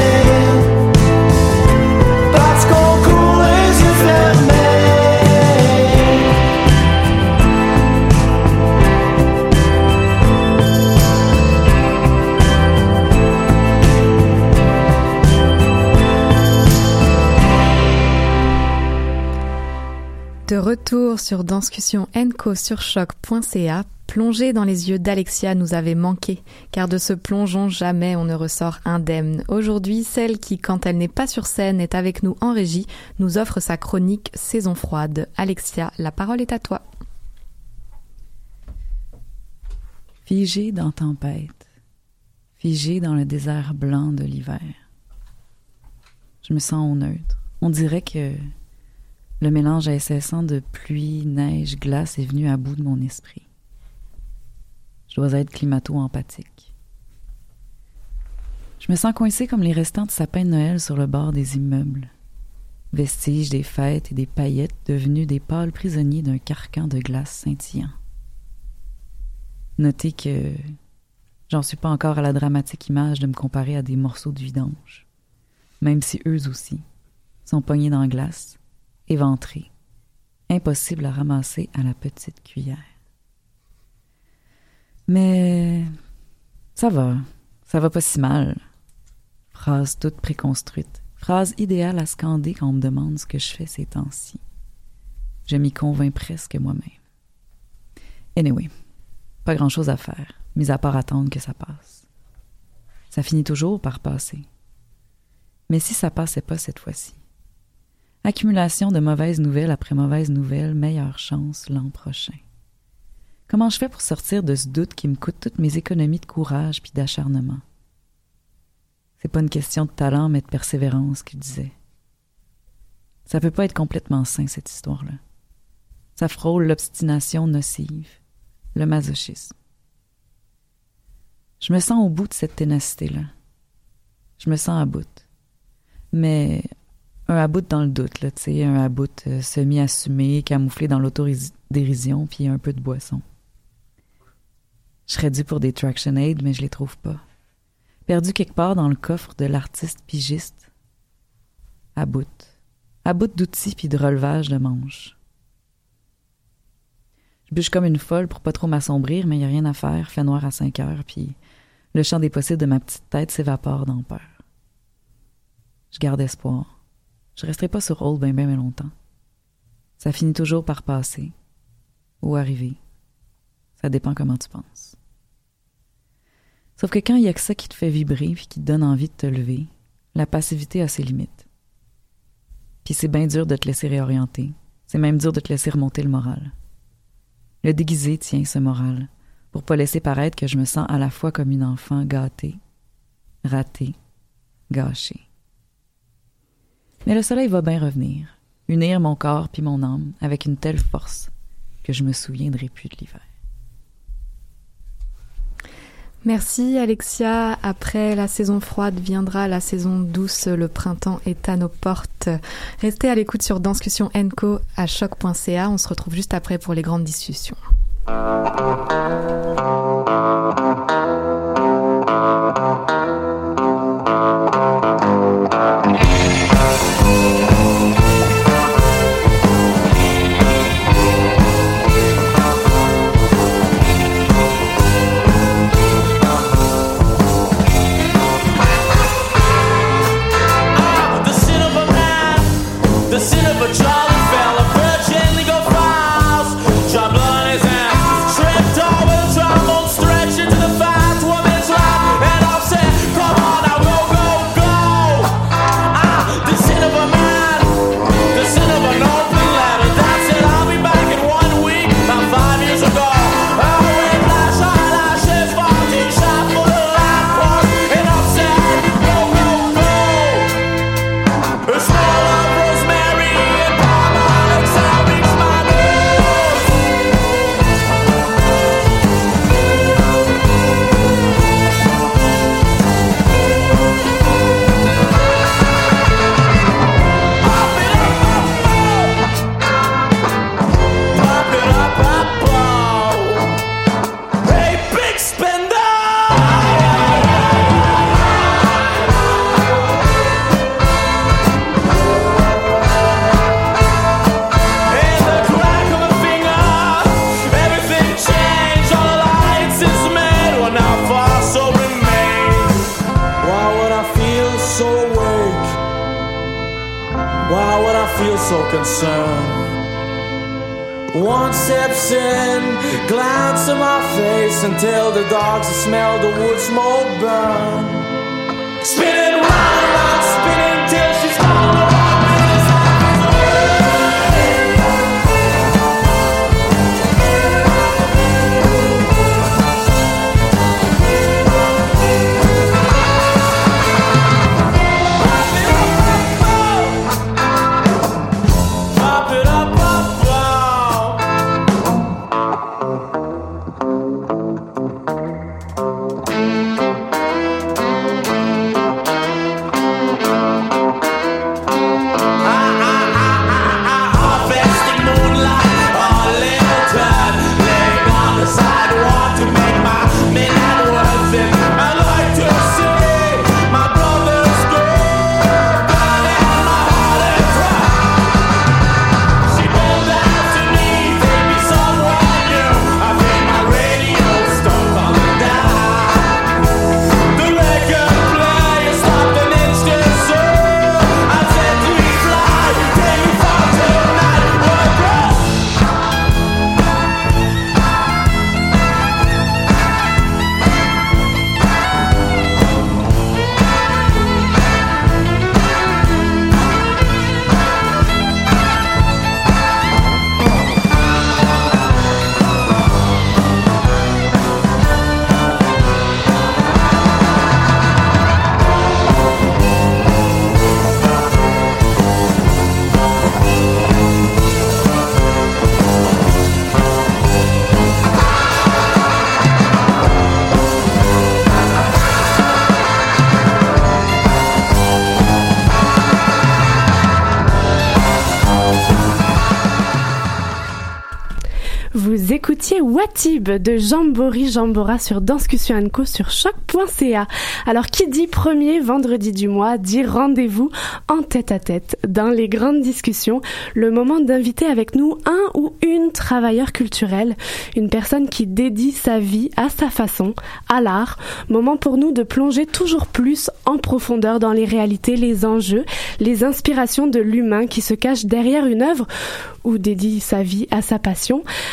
Parce qu'on court les yeux fermés. De retour sur Danscussion & sur choc.ca, plonger dans les yeux d'Alexia nous avait manqué, car de ce plongeon jamais on ne ressort indemne. Aujourd'hui, celle qui, quand elle n'est pas sur scène, est avec nous en régie, nous offre sa chronique Saison froide. Alexia, la parole est à toi. Figé dans tempête, figé dans le désert blanc de l'hiver. Je me sens au neutre. On dirait que le mélange incessant de pluie, neige, glace est venu à bout de mon esprit. Je dois être climato-empathique. Je me sens coincée comme les restants de sapins de Noël sur le bord des immeubles. Vestiges des fêtes et des paillettes devenus des pâles prisonniers d'un carcan de glace scintillant. Notez que j'en suis pas encore à la dramatique image de me comparer à des morceaux de vidange, même si eux aussi sont pognés dans la glace, éventrés, impossible à ramasser à la petite cuillère. Mais ça va pas si mal. Phrase toute préconstruite, phrase idéale à scander quand on me demande ce que je fais ces temps-ci. Je m'y convainc presque moi-même. Anyway, pas grand-chose à faire, mis à part attendre que ça passe. Ça finit toujours par passer. Mais si ça passait pas cette fois-ci? Accumulation de mauvaises nouvelles après mauvaises nouvelles, meilleure chance l'an prochain. Comment je fais pour sortir de ce doute qui me coûte toutes mes économies de courage puis d'acharnement? C'est pas une question de talent, mais de persévérance, qu'il disait. Ça peut pas être complètement sain, cette histoire-là. Ça frôle l'obstination nocive, le masochisme. Je me sens au bout de cette ténacité-là. Je me sens à bout. Mais un à bout dans le doute, là, tu sais, un à bout semi-assumé, camouflé dans l'autodérision, puis un peu de boisson. Je serais dû pour des traction aid, mais je les trouve pas. Perdu quelque part dans le coffre de l'artiste pigiste. À bout d'outils puis de relevage de manches. Je bûche comme une folle pour pas trop m'assombrir, mais y a rien à faire, fait noir à 5 heures, puis le champ des possibles de ma petite tête s'évapore dans peur. Je garde espoir. Je resterai pas sur hold ben longtemps. Ça finit toujours par passer. Ou arriver. Ça dépend comment tu penses. Sauf que quand il y a que ça qui te fait vibrer puis qui te donne envie de te lever, la passivité a ses limites. Puis c'est bien dur de te laisser réorienter. C'est même dur de te laisser remonter le moral. Le déguiser tient ce moral. pour pas laisser paraître que je me sens à la fois comme une enfant gâtée, ratée, gâchée. Mais le soleil va bien revenir, unir mon corps puis mon âme avec une telle force que je me souviendrai plus de l'hiver. Merci Alexia. Après la saison froide viendra la saison douce. Le printemps est à nos portes. Restez à l'écoute sur Danscussion & à choc.ca. On se retrouve juste après pour les grandes discussions. One steps in, glance in my face until the dogs smell the wood smoke burn. Spinning round and round, spinning till she's gone around. Vous écoutiez Watib de Jambori Jambora sur Danscussion & Co sur choc.ca. Alors qui dit premier vendredi du mois dit rendez-vous en tête-à-tête dans les grandes discussions, le moment d'inviter avec nous un ou une travailleur culturel, une personne qui dédie sa vie à sa façon, à l'art, moment pour nous de plonger toujours plus en profondeur dans les réalités, les enjeux, les inspirations de l'humain qui se cache derrière une œuvre ou dédie sa vie à sa passion. Alors en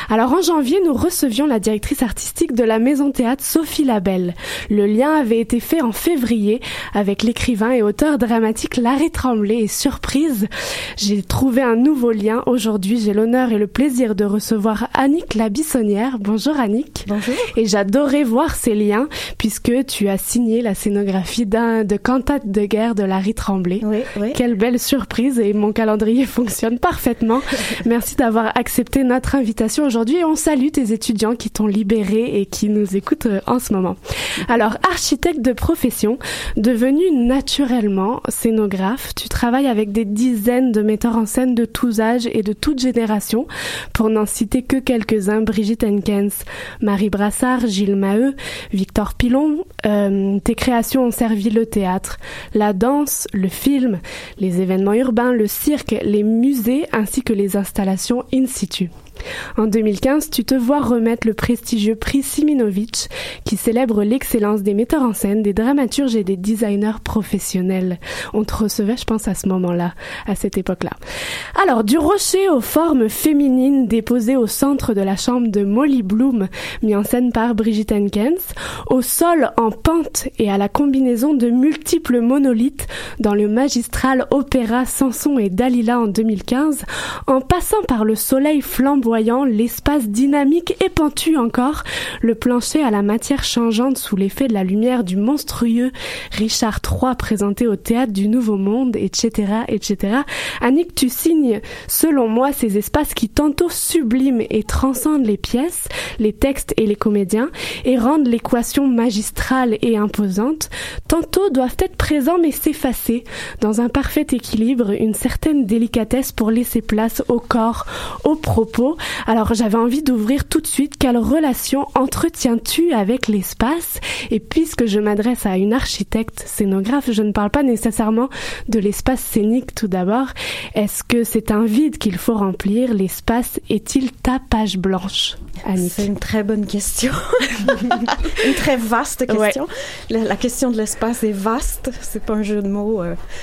janvier, nous recevions la directrice artistique de la Maison Théâtre, Sophie Labelle. Le lien avait été fait en février avec l'écrivain et auteur dramatique Larry Tremblay. Et surprise, j'ai trouvé un nouveau lien. Aujourd'hui, j'ai l'honneur et le plaisir de recevoir Annick Labissonnière. Bonjour Annick. Bonjour. Et j'adorais voir ces liens puisque tu as signé la scénographie de Cantate de guerre de Larry Tremblay. Oui, oui. Quelle belle surprise et mon calendrier fonctionne parfaitement. Merci d'avoir accepté notre invitation aujourd'hui et on salue tes étudiants qui t'ont libéré et qui nous écoutent en ce moment. Alors, architecte de profession, devenu naturellement scénographe, tu travailles avec des dizaines de metteurs en scène de tous âges et de toutes générations. Pour n'en citer que quelques-uns, Brigitte Henkens, Marie Brassard, Gilles Maheu, Victor Pilon. Tes créations ont servi le théâtre, la danse, le film, les événements urbains, le cirque, les musées ainsi que les installations in situ. En 2015, tu te vois remettre le prestigieux prix Siminovitch qui célèbre l'excellence des metteurs en scène, des dramaturges et des designers professionnels. On te recevait, je pense, à ce moment-là, à cette époque-là. Alors, du rocher aux formes féminines déposées au centre de la chambre de Molly Bloom, mis en scène par Brigitte Henkens, au sol en pente et à la combinaison de multiples monolithes dans le magistral opéra Samson et Dalila en 2015, en passant par le soleil flamboyant, l'espace dynamique et pentu encore, le plancher à la matière changeante sous l'effet de la lumière du monstrueux Richard III présenté au Théâtre du Nouveau Monde, etc., etc. Annick, tu signes, selon moi, ces espaces qui tantôt subliment et transcendent les pièces, les textes et les comédiens, et rendent l'équation magistrale et imposante, tantôt doivent être présents mais s'effacer, dans un parfait équilibre, une certaine délicatesse pour laisser place au corps, aux propos. Alors j'avais envie d'ouvrir tout de suite, quelle relation entretiens-tu avec l'espace? Et puisque je m'adresse à une architecte scénographe, je ne parle pas nécessairement de l'espace scénique tout d'abord. Est-ce que c'est un vide qu'il faut remplir? L'espace est-il ta page blanche, Annick? C'est une très bonne question. Une très vaste question. Ouais. La question de l'espace est vaste. C'est pas un jeu de mots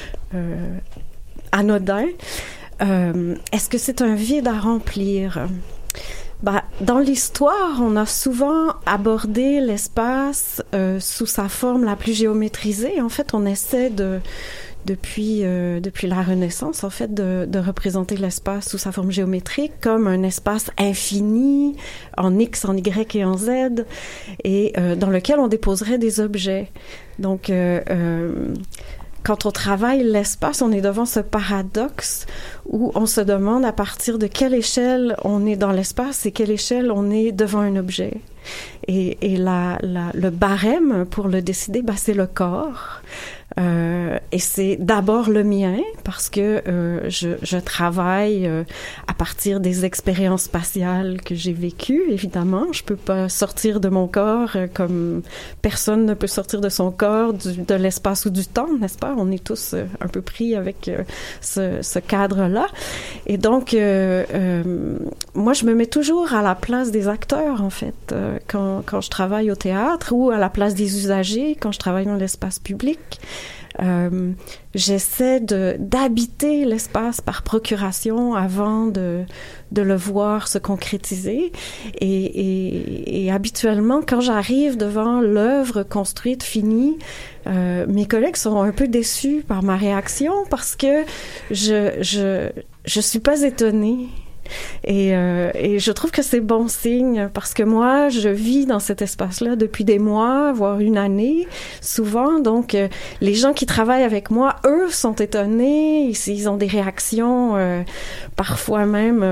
anodin. Est-ce que c'est un vide à remplir? Dans l'histoire, on a souvent abordé l'espace sous sa forme la plus géométrisée. En fait, on essaie depuis la Renaissance, en fait, de représenter l'espace sous sa forme géométrique comme un espace infini, en X, en Y et en Z, et dans lequel on déposerait des objets. Donc, quand on travaille l'espace, on est devant ce paradoxe où on se demande à partir de quelle échelle on est dans l'espace et quelle échelle on est devant un objet. Et le barème pour le décider, c'est le corps. Et c'est d'abord le mien parce que je travaille à partir des expériences spatiales que j'ai vécues, évidemment. Je peux pas sortir de mon corps comme personne ne peut sortir de son corps, de l'espace ou du temps, n'est-ce pas? On est tous un peu pris avec ce cadre-là. Et donc, moi, je me mets toujours à la place des acteurs, en fait, quand je travaille au théâtre ou à la place des usagers, quand je travaille dans l'espace public. J'essaie d'habiter l'espace par procuration avant de le voir se concrétiser et habituellement quand j'arrive devant l'œuvre construite, finie, mes collègues sont un peu déçus par ma réaction parce que je suis pas étonnée. Et je trouve que c'est bon signe parce que moi, je vis dans cet espace-là depuis des mois, voire une année, souvent. Donc, les gens qui travaillent avec moi, eux, sont étonnés. Ils ont des réactions parfois même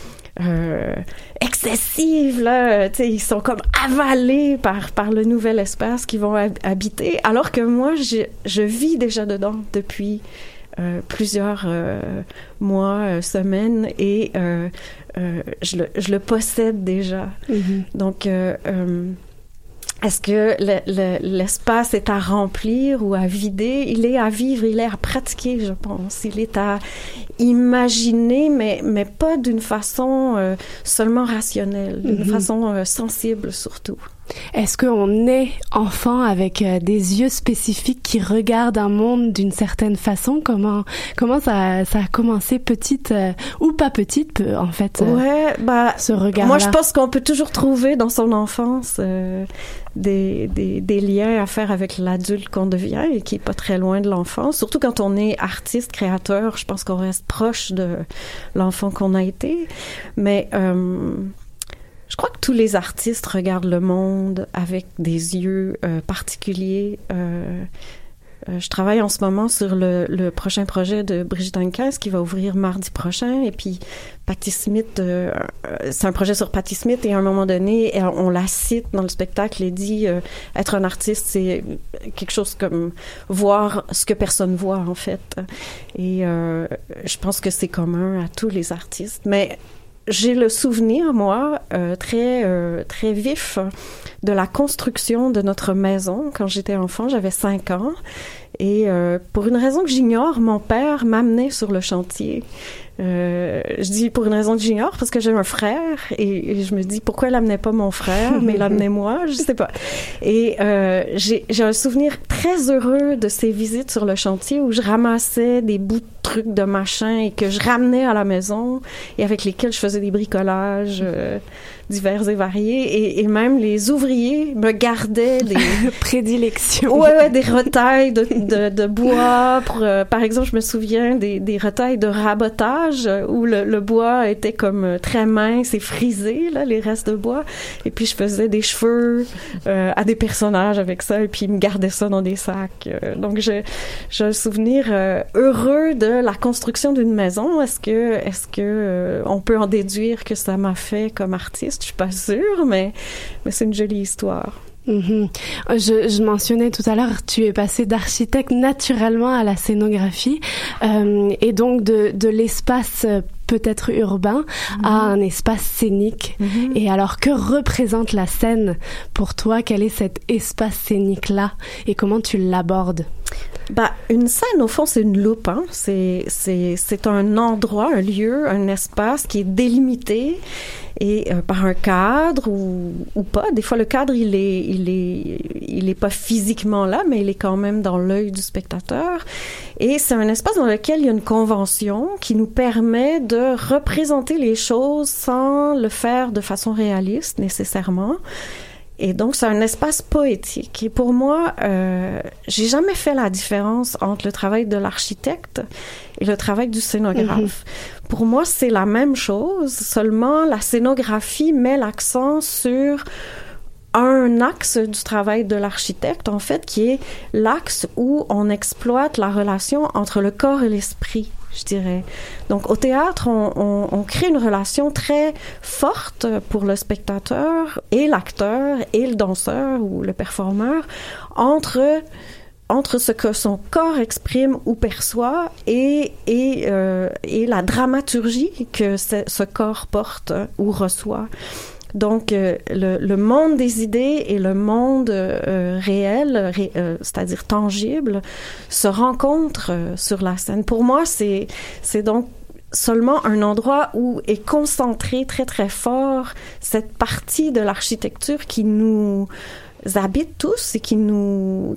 excessives, là. Tu sais, ils sont comme avalés par le nouvel espace qu'ils vont habiter. Alors que moi, je vis déjà dedans depuis plusieurs mois, semaines, et je le possède déjà. Mm-hmm. Donc, est-ce que l'espace est à remplir ou à vider? Il est à vivre, il est à pratiquer, je pense. Il est à imaginer, mais pas d'une façon seulement rationnelle, d'une façon sensible surtout. Est-ce qu'on est enfant avec des yeux spécifiques qui regardent un monde d'une certaine façon? Comment ça a commencé petite ou pas petite en fait? Ouais, ce regard-là. Moi, je pense qu'on peut toujours trouver dans son enfance des liens à faire avec l'adulte qu'on devient et qui est pas très loin de l'enfant. Surtout quand on est artiste, créateur, je pense qu'on reste proche de l'enfant qu'on a été. Mais je crois que tous les artistes regardent le monde avec des yeux particuliers. Je travaille en ce moment sur le prochain projet de Brigitte Henkes qui va ouvrir mardi prochain. Et puis, Patti Smith, c'est un projet sur Patti Smith. Et à un moment donné, on la cite dans le spectacle et dit être un artiste, c'est quelque chose comme voir ce que personne voit, en fait. Et je pense que c'est commun à tous les artistes. Mais j'ai le souvenir, moi, très vif de la construction de notre maison. Quand j'étais enfant, j'avais 5 ans. Et pour une raison que j'ignore, mon père m'amenait sur le chantier. Je dis pour une raison que j'ignore, parce que j'ai un frère. Et je me dis, pourquoi il n'amenait pas mon frère, mais il l'amenait moi? Je sais pas. Et j'ai un souvenir très heureux de ces visites sur le chantier où je ramassais des bouts de trucs de machin et que je ramenais à la maison et avec lesquels je faisais des bricolages divers et variés. Et même les ouvriers me gardaient des prédilections. Ouais, des retailles de bois. Par exemple, je me souviens des retailles de rabotage où le bois était comme très mince et frisé, là, les restes de bois. Et puis, je faisais des cheveux à des personnages avec ça et puis ils me gardaient ça dans des sacs. Donc, j'ai un souvenir heureux de la construction d'une maison. Est-ce que on peut en déduire que ça m'a fait comme artiste? Je suis pas sûre, mais c'est une jolie histoire. Mm-hmm. Je mentionnais tout à l'heure, tu es passé d'architecte naturellement à la scénographie et donc de l'espace peut-être urbain à un espace scénique. Et alors, que représente la scène pour toi? Quel est cet espace scénique-là et comment tu l'abordes? Une scène, au fond, c'est une loupe, hein. C'est un endroit, un lieu, un espace qui est délimité et par un cadre ou pas. Des fois, le cadre, il est pas physiquement là, mais il est quand même dans l'œil du spectateur. Et c'est un espace dans lequel il y a une convention qui nous permet de représenter les choses sans le faire de façon réaliste, nécessairement. Et donc, c'est un espace poétique. Et pour moi, j'ai jamais fait la différence entre le travail de l'architecte et le travail du scénographe. Pour moi, c'est la même chose, seulement la scénographie met l'accent sur un axe du travail de l'architecte, en fait, qui est l'axe où on exploite la relation entre le corps et l'esprit, je dirais. Donc, au théâtre, on crée une relation très forte pour le spectateur et l'acteur et le danseur ou le performeur entre ce que son corps exprime ou perçoit et la dramaturgie que ce corps porte ou reçoit. Donc, le monde des idées et le monde réel, c'est-à-dire tangible, se rencontrent sur la scène. Pour moi, c'est donc seulement un endroit où est concentré très, très fort cette partie de l'architecture qui nous habite tous et qui nous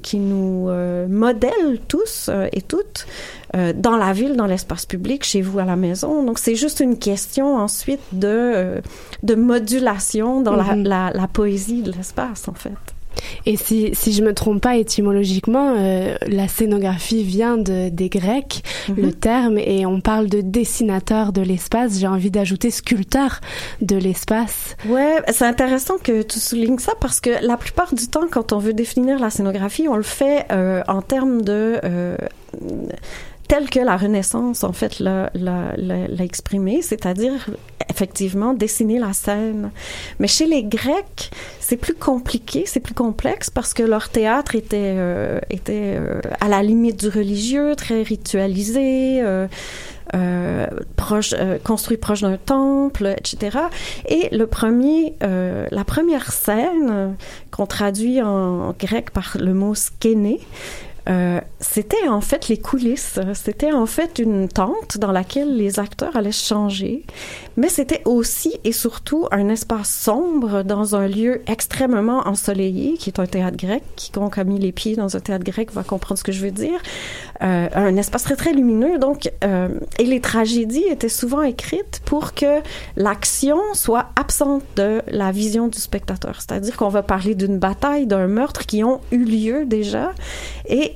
modèle tous et toutes dans la ville, dans l'espace public, chez vous à la maison. Donc, c'est juste une question ensuite de modulation dans la poésie de l'espace, en fait. Et si je me trompe pas étymologiquement, la scénographie vient des Grecs, le terme, et on parle de dessinateur de l'espace. J'ai envie d'ajouter sculpteur de l'espace. Ouais, c'est intéressant que tu soulignes ça parce que la plupart du temps, quand on veut définir la scénographie, on le fait en termes de tel que la Renaissance, en fait, l'a exprimé, c'est-à-dire, effectivement, dessiner la scène. Mais chez les Grecs, c'est plus compliqué, c'est plus complexe, parce que leur théâtre était à la limite du religieux, très ritualisé, construit proche d'un temple, etc. Et la première scène, qu'on traduit en grec par le mot skéné, c'était en fait les coulisses. C'était en fait une tente dans laquelle les acteurs allaient changer, mais c'était aussi et surtout un espace sombre dans un lieu extrêmement ensoleillé, qui est un théâtre grec. Quiconque a mis les pieds dans un théâtre grec va comprendre ce que je veux dire. Un espace très, très lumineux, donc, et les tragédies étaient souvent écrites pour que l'action soit absente de la vision du spectateur. C'est-à-dire qu'on va parler d'une bataille, d'un meurtre qui ont eu lieu déjà, et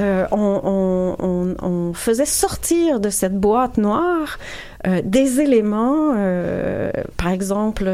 on faisait sortir de cette boîte noire des éléments, par exemple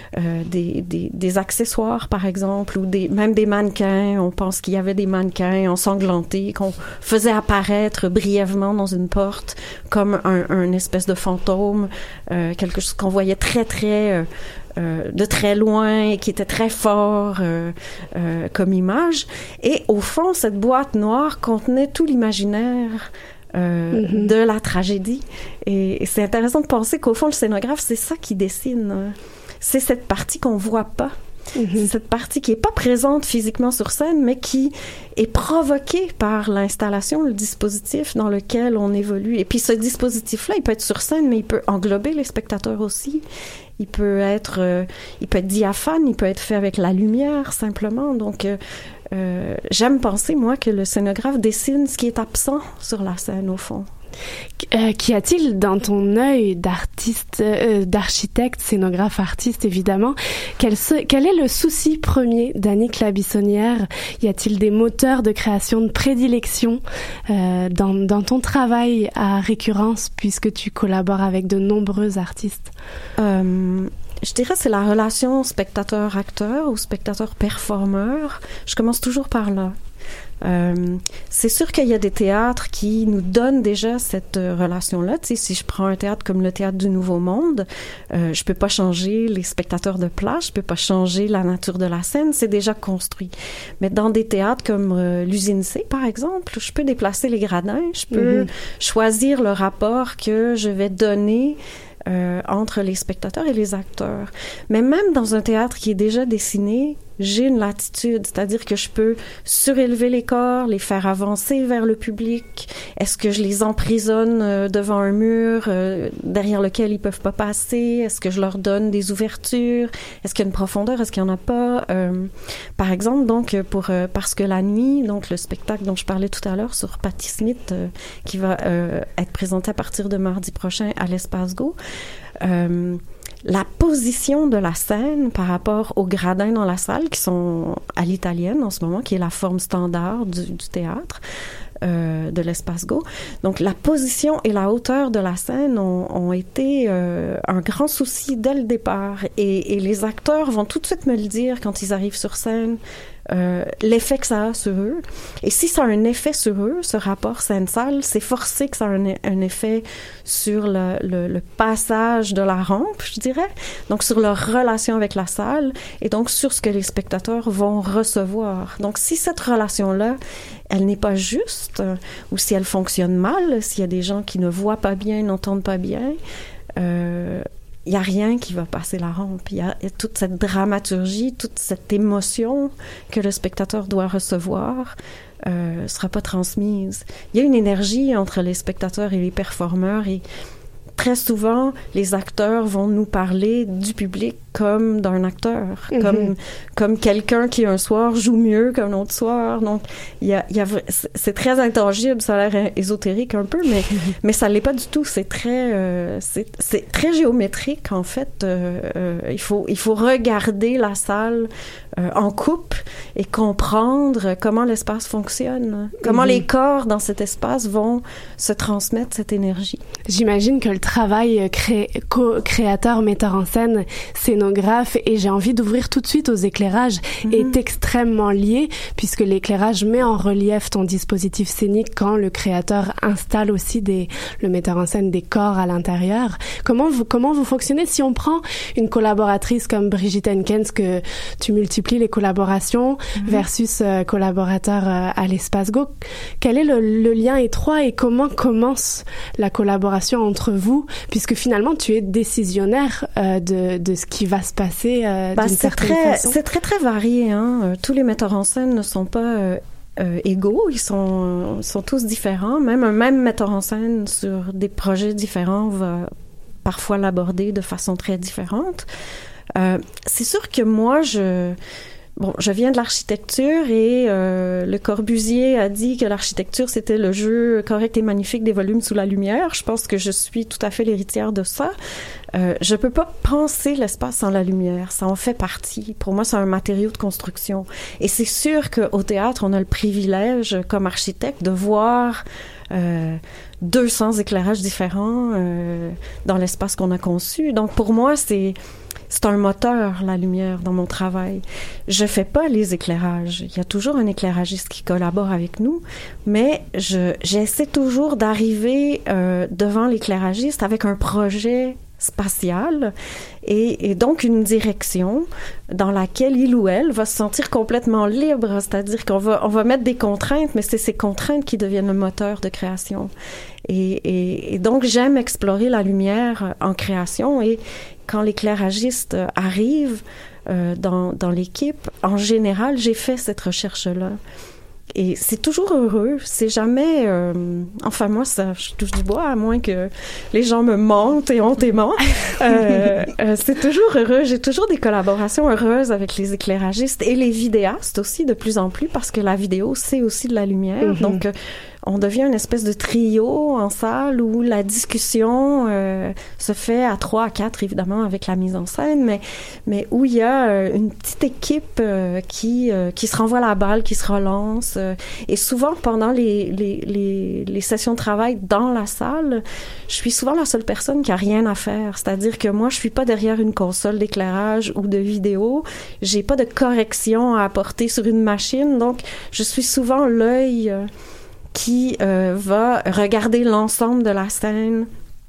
des accessoires, par exemple, ou même des mannequins. On pense qu'il y avait des mannequins ensanglantés qu'on faisait apparaître brièvement dans une porte comme un espèce de fantôme, quelque chose qu'on voyait très très de très loin et qui était très fort comme image. Et au fond, cette boîte noire contenait tout l'imaginaire de la tragédie. Et c'est intéressant de penser qu'au fond, le scénographe, c'est ça qui dessine. C'est cette partie qu'on voit pas. C'est cette partie qui est pas présente physiquement sur scène, mais qui est provoquée par l'installation, le dispositif dans lequel on évolue. Et puis ce dispositif-là, il peut être sur scène, mais il peut englober les spectateurs aussi. Il peut être diaphane, il peut être fait avec la lumière simplement. Donc j'aime penser, moi, que le scénographe dessine ce qui est absent sur la scène, au fond. Qu'y a-t-il dans ton œil d'artiste, d'architecte, scénographe, artiste, évidemment? Quel est le souci premier d'Annick Labissonnière? Y a-t-il des moteurs de création de prédilection dans ton travail à Récurrence, puisque tu collabores avec de nombreux artistes? Je dirais que c'est la relation spectateur-acteur ou spectateur-performeur. Je commence toujours par là. C'est sûr qu'il y a des théâtres qui nous donnent déjà cette relation-là. Tu sais, si je prends un théâtre comme le Théâtre du Nouveau Monde, je peux pas changer les spectateurs de place, je peux pas changer la nature de la scène, c'est déjà construit. Mais dans des théâtres comme l'Usine C, par exemple, je peux déplacer les gradins, je peux choisir le rapport que je vais donner entre les spectateurs et les acteurs. Mais même dans un théâtre qui est déjà dessiné, j'ai une latitude, c'est-à-dire que je peux surélever les corps, les faire avancer vers le public. Est-ce que je les emprisonne devant un mur derrière lequel ils peuvent pas passer? Est-ce que je leur donne des ouvertures? Est-ce qu'il y a une profondeur? Est-ce qu'il y en a pas? Par exemple, donc, Parce que la nuit, donc le spectacle dont je parlais tout à l'heure sur Patti Smith, qui va être présenté à partir de mardi prochain à l'Espace Go, la position de la scène par rapport aux gradins dans la salle, qui sont à l'italienne en ce moment, qui est la forme standard du théâtre, de l'Espace Go. Donc, la position et la hauteur de la scène ont été un grand souci dès le départ. Et les acteurs vont tout de suite me le dire quand ils arrivent sur scène, l'effet que ça a sur eux. Et si ça a un effet sur eux, ce rapport scène-salle, c'est forcé que ça a un effet sur le passage de la rampe, je dirais, donc sur leur relation avec la salle et donc sur ce que les spectateurs vont recevoir. Donc si cette relation-là, elle n'est pas juste, ou si elle fonctionne mal, s'il y a des gens qui ne voient pas bien, n'entendent pas bien, il n'y a rien qui va passer la rampe. Il y a toute cette dramaturgie, toute cette émotion que le spectateur doit recevoir sera pas transmise. Il y a une énergie entre les spectateurs et les performeurs et très souvent, les acteurs vont nous parler du public comme d'un acteur, comme quelqu'un qui un soir joue mieux qu'un autre soir. Donc, c'est très intangible, ça a l'air ésotérique un peu, mais ça l'est pas du tout. C'est très géométrique en fait. Il faut regarder la salle en coupe et comprendre comment l'espace fonctionne, comment les corps dans cet espace vont se transmettre cette énergie. J'imagine que le travail créateur, metteur en scène, scénographe, et j'ai envie d'ouvrir tout de suite aux éclairages, est extrêmement lié, puisque l'éclairage met en relief ton dispositif scénique quand le créateur installe aussi le metteur en scène des corps à l'intérieur. Comment vous fonctionnez si on prend une collaboratrice comme Brigitte Henkens, que tu multiplies les collaborations versus collaborateur à l'Espace Go? Quel est le lien étroit et comment commence la collaboration entre vous, puisque finalement tu es décisionnaire de ce qui va se passer d'une certaine façon? C'est très très varié. Tous les metteurs en scène ne sont pas égaux, ils sont tous différents. Même un même metteur en scène sur des projets différents va parfois l'aborder de façon très différente. C'est sûr que moi, je viens de l'architecture et Le Corbusier a dit que l'architecture, c'était le jeu correct et magnifique des volumes sous la lumière. Je pense que je suis tout à fait l'héritière de ça. Je peux pas penser l'espace sans la lumière. Ça en fait partie. Pour moi, c'est un matériau de construction. Et c'est sûr qu'au théâtre, on a le privilège, comme architecte, de voir 200 éclairages différents dans l'espace qu'on a conçu. Donc, pour moi, c'est un moteur, la lumière, dans mon travail. Je fais pas les éclairages. Il y a toujours un éclairagiste qui collabore avec nous, mais j'essaie toujours d'arriver devant l'éclairagiste avec un projet spatial et donc une direction dans laquelle il ou elle va se sentir complètement libre, c'est-à-dire qu'on va mettre des contraintes, mais c'est ces contraintes qui deviennent le moteur de création. Et donc j'aime explorer la lumière en création, et quand l'éclairagiste arrive dans l'équipe, en général, j'ai fait cette recherche-là. Et c'est toujours heureux, c'est jamais... enfin, moi, ça, je touche du bois, à moins que les gens me mentent éhontément. C'est toujours heureux. J'ai toujours des collaborations heureuses avec les éclairagistes et les vidéastes aussi, de plus en plus, parce que la vidéo, c'est aussi de la lumière. Mm-hmm. Donc, on devient une espèce de trio en salle où la discussion se fait à 3, à 4, évidemment, avec la mise en scène, mais où il y a une petite équipe qui se renvoie la balle, qui se relance. Et souvent, pendant les sessions de travail dans la salle, je suis souvent la seule personne qui a rien à faire. C'est-à-dire que moi, je suis pas derrière une console d'éclairage ou de vidéo. J'ai pas de correction à apporter sur une machine. Donc, je suis souvent l'œil qui va regarder l'ensemble de la scène,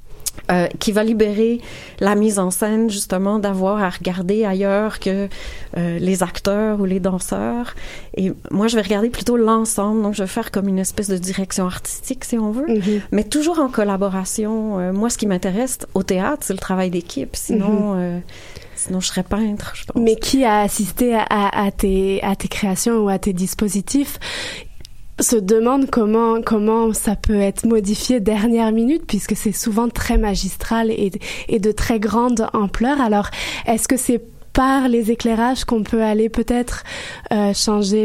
qui va libérer la mise en scène, justement, d'avoir à regarder ailleurs que les acteurs ou les danseurs. Et moi, je vais regarder plutôt l'ensemble, donc je vais faire comme une espèce de direction artistique, si on veut, mm-hmm. mais toujours en collaboration. Moi, ce qui m'intéresse au théâtre, c'est le travail d'équipe, sinon... Mm-hmm. Sinon, je serais peintre, je pense. Mais qui a assisté à tes créations ou à tes dispositifs se demande comment ça peut être modifié dernière minute, puisque c'est souvent très magistral et de très grande ampleur. Alors, est-ce que c'est par les éclairages qu'on peut aller peut-être changer,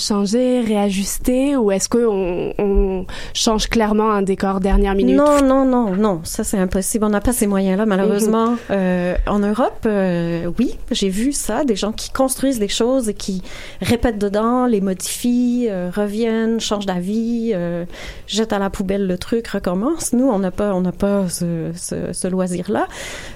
réajuster, ou est-ce qu'on change clairement un décor dernière minute? Non, ça c'est impossible. On n'a pas ces moyens-là, malheureusement. Mm-hmm. En Europe, oui, j'ai vu ça, des gens qui construisent des choses et qui répètent dedans, les modifient, reviennent, changent d'avis, jettent à la poubelle le truc, recommencent. Nous, on n'a pas ce loisir-là.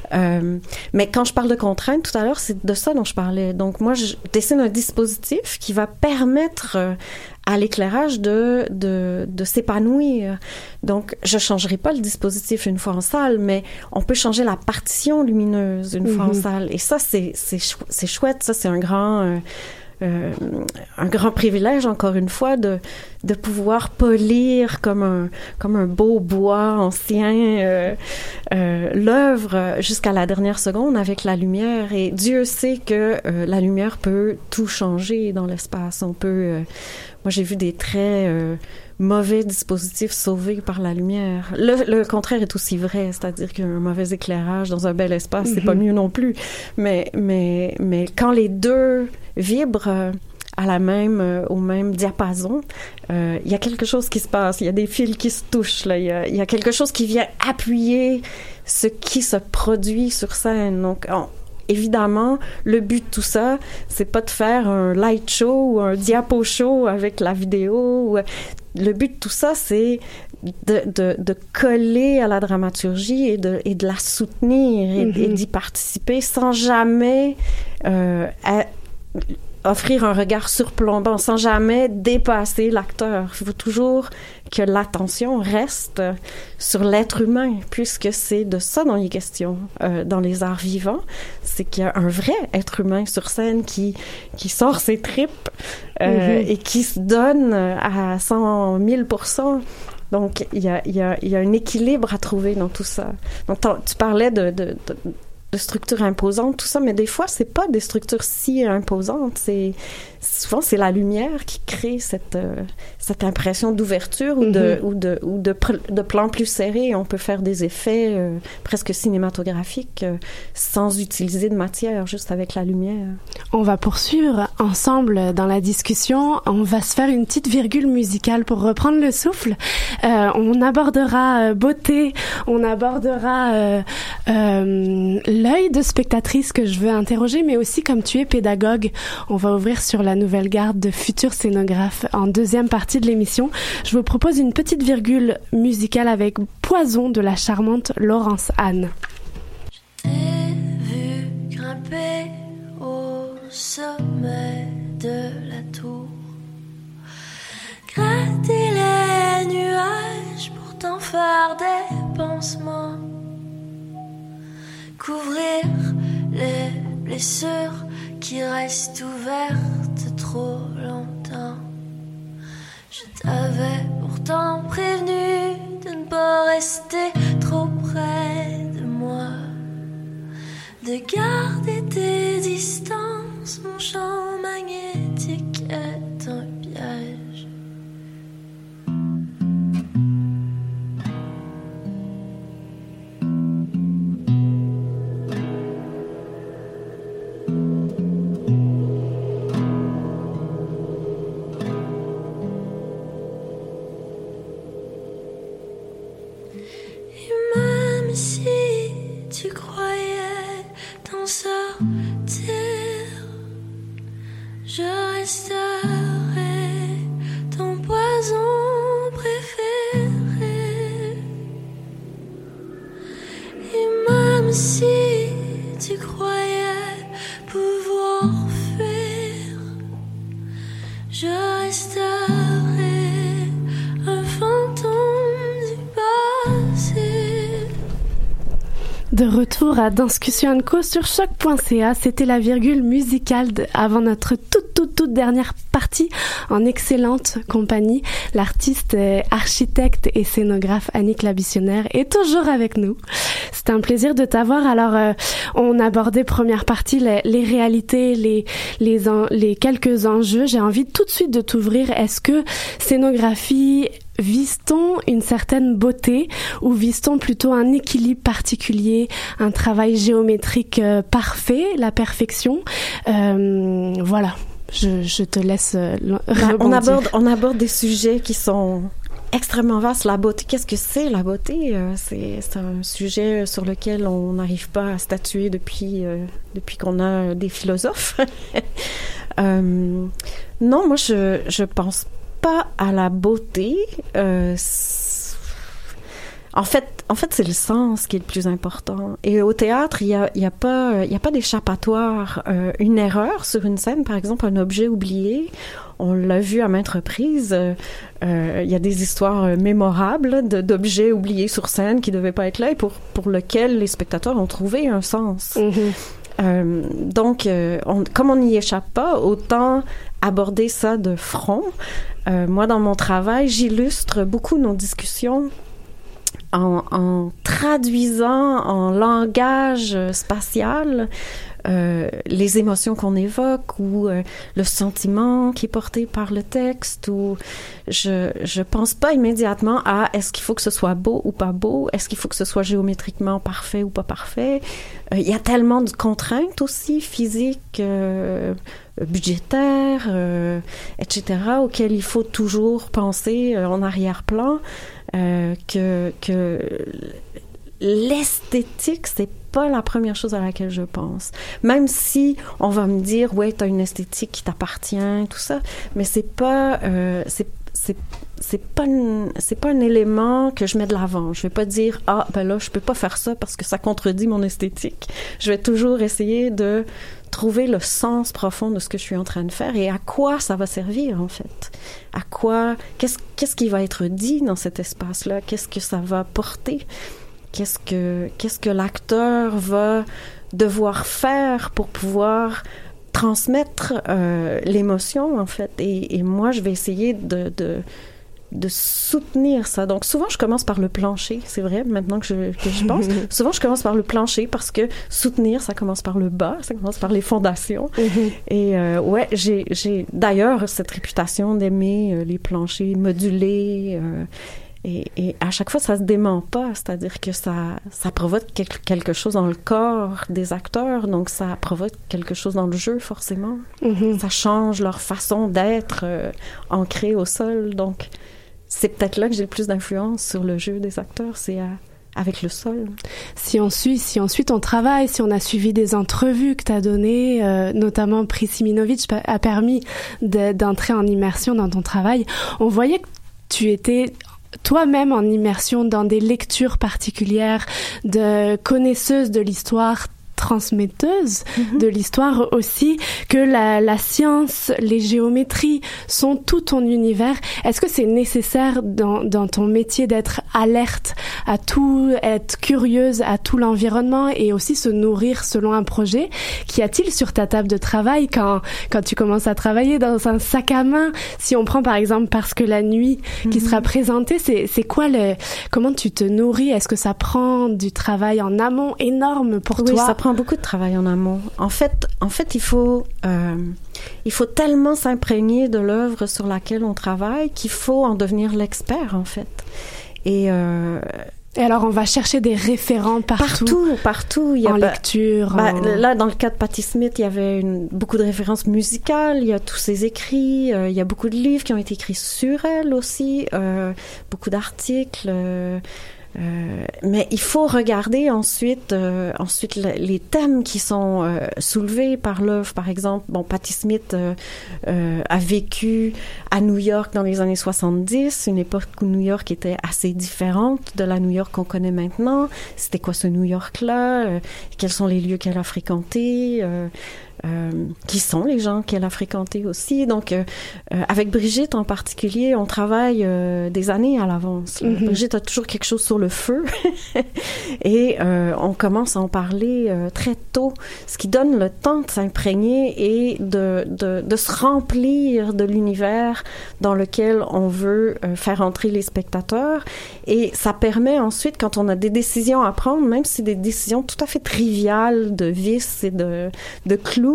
Mais quand je parle de contraintes, tout à l'heure, c'est de ça dont je parlais. Donc, moi, je dessine un dispositif qui va permettre à l'éclairage de s'épanouir. Donc, je changerai pas le dispositif une fois en salle, mais on peut changer la partition lumineuse une fois en salle. Et ça, c'est chouette. Ça, c'est un grand privilège, encore une fois, de pouvoir polir comme un beau bois ancien l'œuvre jusqu'à la dernière seconde avec la lumière. Et Dieu sait que la lumière peut tout changer dans l'espace. On peut... moi, j'ai vu des très mauvais dispositifs sauvés par la lumière. Le contraire est aussi vrai, c'est-à-dire qu'un mauvais éclairage dans un bel espace, c'est pas mieux non plus. Mais quand les deux vibrent au même diapason, il y a quelque chose qui se passe, il y a des fils qui se touchent, là, il y a quelque chose qui vient appuyer ce qui se produit sur scène. Donc, évidemment, le but de tout ça, c'est pas de faire un light show ou un diapo show avec la vidéo. Le but de tout ça, c'est de coller à la dramaturgie et de la soutenir et d'y participer sans jamais offrir un regard surplombant, sans jamais dépasser l'acteur. Il faut toujours que l'attention reste sur l'être humain, puisque c'est de ça dont il est question dans les arts vivants. C'est qu'il y a un vrai être humain sur scène qui sort ses tripes et qui se donne à 100 000%. Donc, il y a un équilibre à trouver dans tout ça. Donc, tu parlais structures imposantes, tout ça, mais des fois, c'est pas des structures si imposantes. Souvent, c'est la lumière qui crée cette impression d'ouverture ou de plan plus serré. On peut faire des effets presque cinématographiques sans utiliser de matière, juste avec la lumière. On va poursuivre ensemble dans la discussion. On va se faire une petite virgule musicale pour reprendre le souffle. On abordera beauté, on abordera l'œil de spectatrice que je veux interroger, mais aussi comme tu es pédagogue, on va ouvrir sur la nouvelle garde de futurs scénographes en deuxième partie de l'émission. Je vous propose une petite virgule musicale avec Poison de la charmante Laurence Anne. Je t'ai vu grimper au sommet de la tour, gratter les nuages pour t'en faire des pansements, couvrir les blessures qui restent ouvertes trop longtemps. Je t'avais pourtant prévenu de ne pas rester trop près de moi, de garder tes distances. Mon champ magnétique est un piège. Tu croyais t'en sortir, je resterai ton poison préféré. Et même si tu croyais pouvoir fuir, je resterai un fantôme du passé. De retour à Danscussion & Co sur choc.ca, c'était la virgule musicale avant notre toute dernière partie en excellente compagnie. L'artiste, architecte et scénographe Annick Labitionnaire est toujours avec nous. C'est un plaisir de t'avoir. Alors, on abordait première partie les réalités, les quelques enjeux. J'ai envie tout de suite de t'ouvrir. Est-ce que scénographie, vise-t-on une certaine beauté ou vise-t-on plutôt un équilibre particulier, un travail géométrique parfait, la perfection? Voilà, je te laisse rebondir. On aborde des sujets qui sont extrêmement vastes. La beauté, qu'est-ce que c'est la beauté? C'est un sujet sur lequel on n'arrive pas à statuer depuis qu'on a des philosophes. Non, moi je pense pas à la beauté. En fait, c'est le sens qui est le plus important. Et au théâtre, il y a pas d'échappatoire. Une erreur sur une scène, par exemple, un objet oublié, on l'a vu à maintes reprises. Il y a des histoires mémorables d'objets oubliés sur scène qui devaient pas être là et pour lesquels les spectateurs ont trouvé un sens. Donc, comme on n'y échappe pas, autant aborder ça de front. Moi, dans mon travail, j'illustre beaucoup nos discussions en traduisant en langage spatial les émotions qu'on évoque ou le sentiment qui est porté par le texte. Ou je pense pas immédiatement à est-ce qu'il faut que ce soit beau ou pas beau, est-ce qu'il faut que ce soit géométriquement parfait ou pas parfait. Il y a tellement de contraintes aussi physiques, budgétaires, etc., auxquelles il faut toujours penser en arrière-plan, que l'esthétique, c'est pas la première chose à laquelle je pense. Même si on va me dire, ouais, t'as une esthétique qui t'appartient, tout ça, mais c'est pas un élément que je mets de l'avant. Je vais pas dire, ah, ben là, je peux pas faire ça parce que ça contredit mon esthétique. Je vais toujours essayer de trouver le sens profond de ce que je suis en train de faire et à quoi ça va servir, en fait. À quoi, qu'est-ce qui va être dit dans cet espace-là? Qu'est-ce que ça va porter? Qu'est-ce que l'acteur va devoir faire pour pouvoir transmettre l'émotion, en fait. Et moi, je vais essayer soutenir ça. Donc, souvent, je commence par le plancher. C'est vrai, maintenant que je pense. Souvent, je commence par le plancher parce que soutenir, ça commence par le bas, ça commence par les fondations. Et ouais, j'ai d'ailleurs cette réputation d'aimer les planchers modulés. Et à chaque fois, ça se dément pas. C'est-à-dire que ça provoque quelque chose dans le corps des acteurs. Donc, ça provoque quelque chose dans le jeu, forcément. Ça change leur façon d'être ancrée au sol. Donc, c'est peut-être là que j'ai le plus d'influence sur le jeu des acteurs. C'est avec le sol. Si on suit ton travail, si on a suivi des entrevues que tu as données, notamment Prissi Minovic a permis d'entrer en immersion dans ton travail, on voyait que tu étais toi-même en immersion dans des lectures particulières de connaisseuses de l'histoire, transmetteuse de l'histoire aussi, que la science, les géométries sont tout ton univers. Est-ce que c'est nécessaire dans ton métier d'être alerte à tout, être curieuse à tout l'environnement et aussi se nourrir selon un projet? Qu'y a-t-il sur ta table de travail quand tu commences à travailler dans un sac à main? Si on prend par exemple Parce que la nuit qui sera présentée, c'est quoi comment tu te nourris? Est-ce que ça prend du travail en amont énorme pour toi? Oui, ça prend beaucoup de travail en amont. En fait, il faut tellement s'imprégner de l'œuvre sur laquelle on travaille qu'il faut en devenir l'expert, en fait. Et alors, on va chercher des référents partout. Il y a lecture. Là, dans le cas de Patti Smith, il y avait beaucoup de références musicales. Il y a tous ses écrits. Il y a beaucoup de livres qui ont été écrits sur elle aussi. Beaucoup d'articles. Mais il faut regarder ensuite les thèmes qui sont soulevés par l'œuvre. Par exemple, Patti Smith a vécu à New York dans les années 70, une époque où New York était assez différente de la New York qu'on connaît maintenant. C'était quoi ce New York-là? Quels sont les lieux qu'elle a fréquentés? Qui sont les gens qu'elle a fréquentés aussi. Donc, avec Brigitte en particulier, on travaille des années à l'avance. Brigitte a toujours quelque chose sur le feu et on commence à en parler très tôt, ce qui donne le temps de s'imprégner et de se remplir de l'univers dans lequel on veut faire entrer les spectateurs. Et ça permet ensuite, quand on a des décisions à prendre, même si c'est des décisions tout à fait triviales de vis et de clous,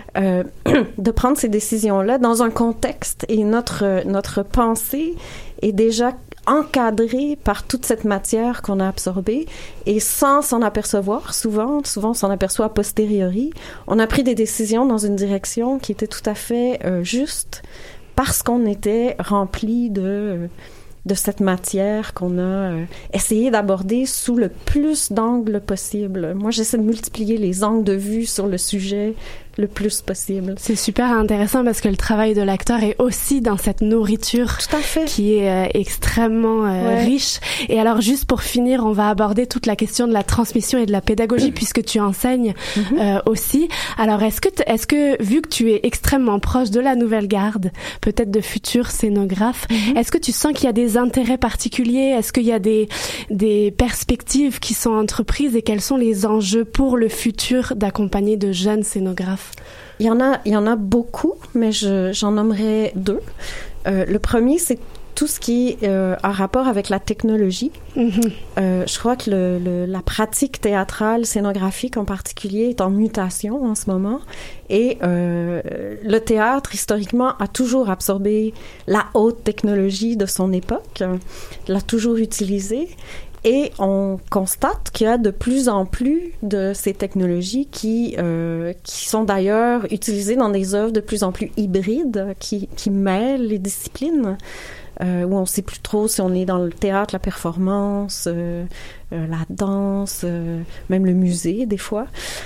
de prendre ces décisions-là dans un contexte, et notre pensée est déjà encadrée par toute cette matière qu'on a absorbée, et sans s'en apercevoir, souvent on s'en aperçoit a posteriori, on a pris des décisions dans une direction qui était tout à fait juste, parce qu'on était rempli de cette matière qu'on a essayé d'aborder sous le plus d'angles possible. Moi, j'essaie de multiplier les angles de vue sur le sujet le plus possible. C'est super intéressant parce que le travail de l'acteur est aussi dans cette nourriture qui est extrêmement riche. Et alors, juste pour finir, on va aborder toute la question de la transmission et de la pédagogie puisque tu enseignes aussi. Alors, est-ce que, vu que tu es extrêmement proche de la nouvelle garde, peut-être de futurs scénographes, est-ce que tu sens qu'il y a des intérêts particuliers? Est-ce qu'il y a des perspectives qui sont entreprises et quels sont les enjeux pour le futur d'accompagner de jeunes scénographes? Il y en a beaucoup, mais j'en nommerai deux. Le premier, c'est tout ce qui a rapport avec la technologie. Je crois que la pratique théâtrale, scénographique en particulier, est en mutation en ce moment. Et le théâtre, historiquement, a toujours absorbé la haute technologie de son époque, l'a toujours utilisée. Et on constate qu'il y a de plus en plus de ces technologies qui sont d'ailleurs utilisées dans des œuvres de plus en plus hybrides, qui mêlent les disciplines, où on ne sait plus trop si on est dans le théâtre, la performance, la danse, même le musée des fois.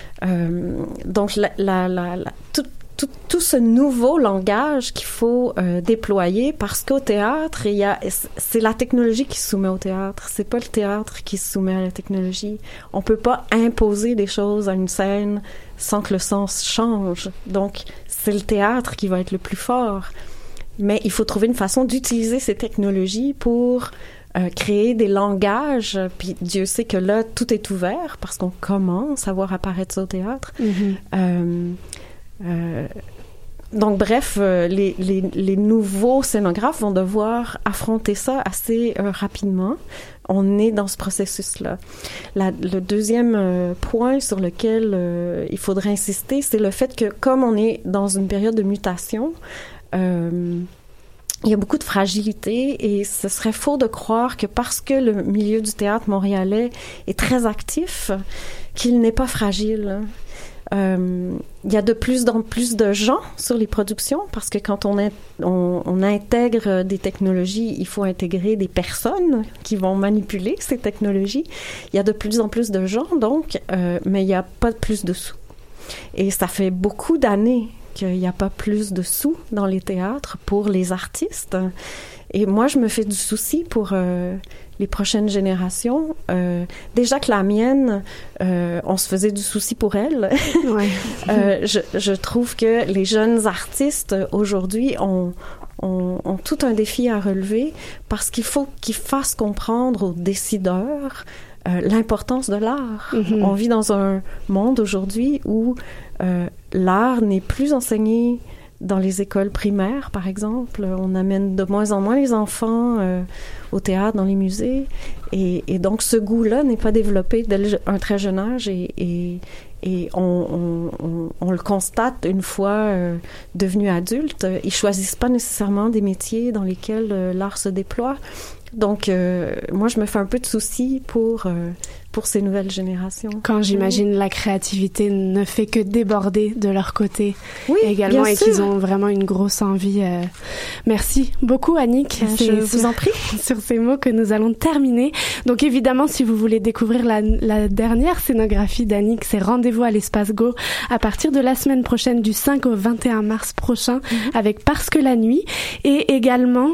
Donc tout ce nouveau langage qu'il faut déployer, parce qu'au théâtre, c'est la technologie qui se soumet au théâtre, c'est pas le théâtre qui se soumet à la technologie. On peut pas imposer des choses à une scène sans que le sens change. Donc, c'est le théâtre qui va être le plus fort. Mais il faut trouver une façon d'utiliser ces technologies pour créer des langages, puis Dieu sait que là, tout est ouvert, parce qu'on commence à voir apparaître ça au théâtre. Donc, bref, les nouveaux scénographes vont devoir affronter ça assez rapidement. On est dans ce processus-là. Le deuxième point sur lequel il faudrait insister, c'est le fait que comme on est dans une période de mutation, il y a beaucoup de fragilité et ce serait faux de croire que parce que le milieu du théâtre montréalais est très actif, qu'il n'est pas fragile. Il y a de plus en plus de gens sur les productions parce que quand on intègre des technologies, il faut intégrer des personnes qui vont manipuler ces technologies. Il y a de plus en plus de gens, donc, mais il n'y a pas plus de sous. Et ça fait beaucoup d'années qu'il n'y a pas plus de sous dans les théâtres pour les artistes. Et moi, je me fais du souci pour les prochaines générations. Déjà que la mienne, on se faisait du souci pour elle. Ouais. Je trouve que les jeunes artistes, aujourd'hui, ont tout un défi à relever parce qu'il faut qu'ils fassent comprendre aux décideurs l'importance de l'art. Mm-hmm. On vit dans un monde aujourd'hui où l'art n'est plus enseigné dans les écoles primaires, par exemple. On amène de moins en moins les enfants au théâtre, dans les musées. Et donc, ce goût-là n'est pas développé dès un très jeune âge. Et on le constate une fois devenus adultes. Ils choisissent pas nécessairement des métiers dans lesquels l'art se déploie. Donc, moi, je me fais un peu de soucis pour ces nouvelles générations. Quand j'imagine la créativité ne fait que déborder de leur côté également et qu'ils ont vraiment une grosse envie. Merci beaucoup, Annick. Je vous en prie. Sur ces mots que nous allons terminer. Donc, évidemment, si vous voulez découvrir la dernière scénographie d'Annick, c'est Rendez-vous à l'Espace Go à partir de la semaine prochaine, du 5 au 21 mars prochain, avec Parce que la nuit, et également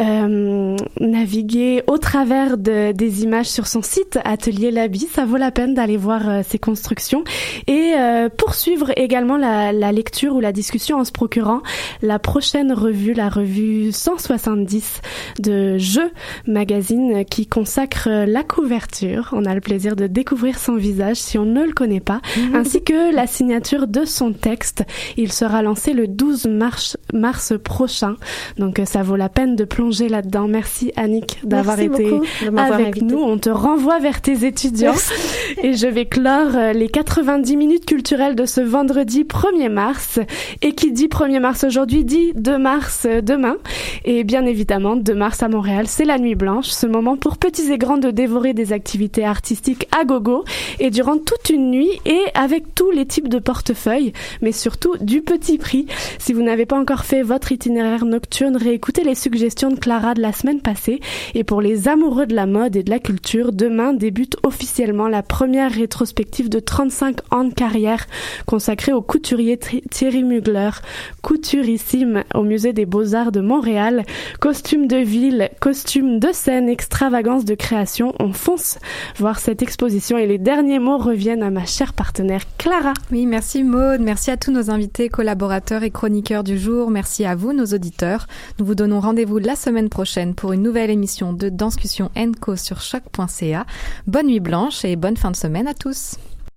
naviguer au travers des images sur son site Atelier Labi. Ça vaut la peine d'aller voir ses constructions et poursuivre également la lecture ou la discussion en se procurant la prochaine revue, la revue 170 de Jeux Magazine, qui consacre la couverture. On a le plaisir de découvrir son visage si on ne le connaît pas, ainsi que la signature de son texte. Il sera lancé le 12 mars prochain, donc ça vaut la peine de plonger là-dedans. Merci Annick d'avoir été avec nous. On te renvoie vers tes étudiants. Et je vais clore les 90 minutes culturelles de ce vendredi 1er mars. Et qui dit 1er mars aujourd'hui dit 2 mars demain. Et bien évidemment, 2 mars à Montréal, c'est la Nuit Blanche, ce moment pour petits et grands de dévorer des activités artistiques à gogo et durant toute une nuit et avec tous les types de portefeuilles, mais surtout du petit prix. Si vous n'avez pas encore fait votre itinéraire nocturne, réécoutez les suggestions de Clara de la semaine passée. Et pour les amoureux de la mode et de la culture, demain débute officiellement la première rétrospective de 35 ans de carrière consacrée au couturier Thierry Mugler, couturissime au Musée des Beaux-Arts de Montréal. Costumes de ville, costumes de scène, extravagance de création. On fonce voir cette exposition et les derniers mots reviennent à ma chère partenaire Clara. Oui, merci Maude, merci à tous nos invités, collaborateurs et chroniqueurs du jour. Merci à vous, nos auditeurs. Nous vous donnons rendez-vous la semaine prochaine pour une nouvelle émission de Danscussion & Co sur choc.ca. Bonne nuit blanche et bonne fin de semaine à tous.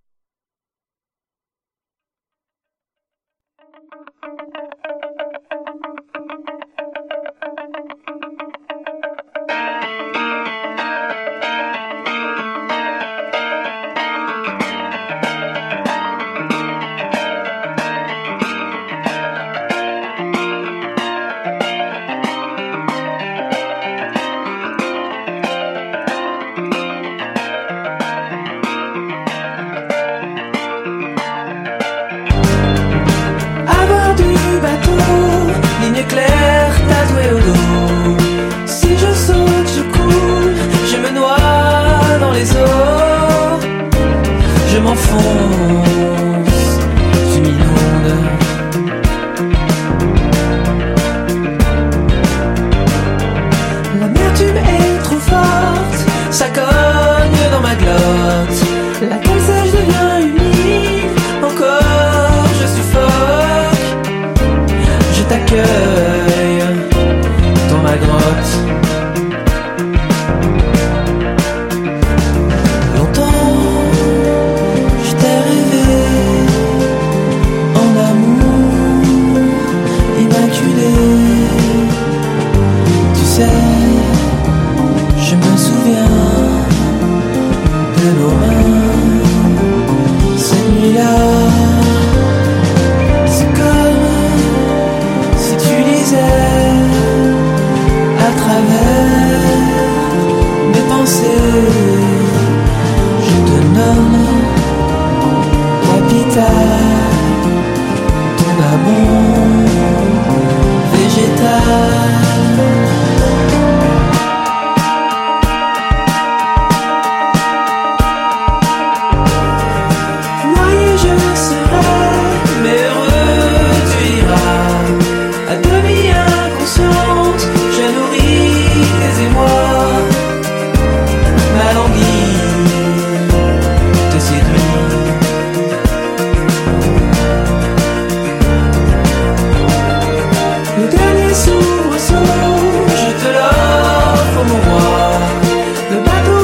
Claire tatouée au dos. Si je saute, je coule, je me noie dans les eaux. Je m'enfonce, tu m'inondes. L'amertume est trop forte, ça cogne dans ma glotte. La colle sèche devient humide, encore je suffoque. Je t'accueille.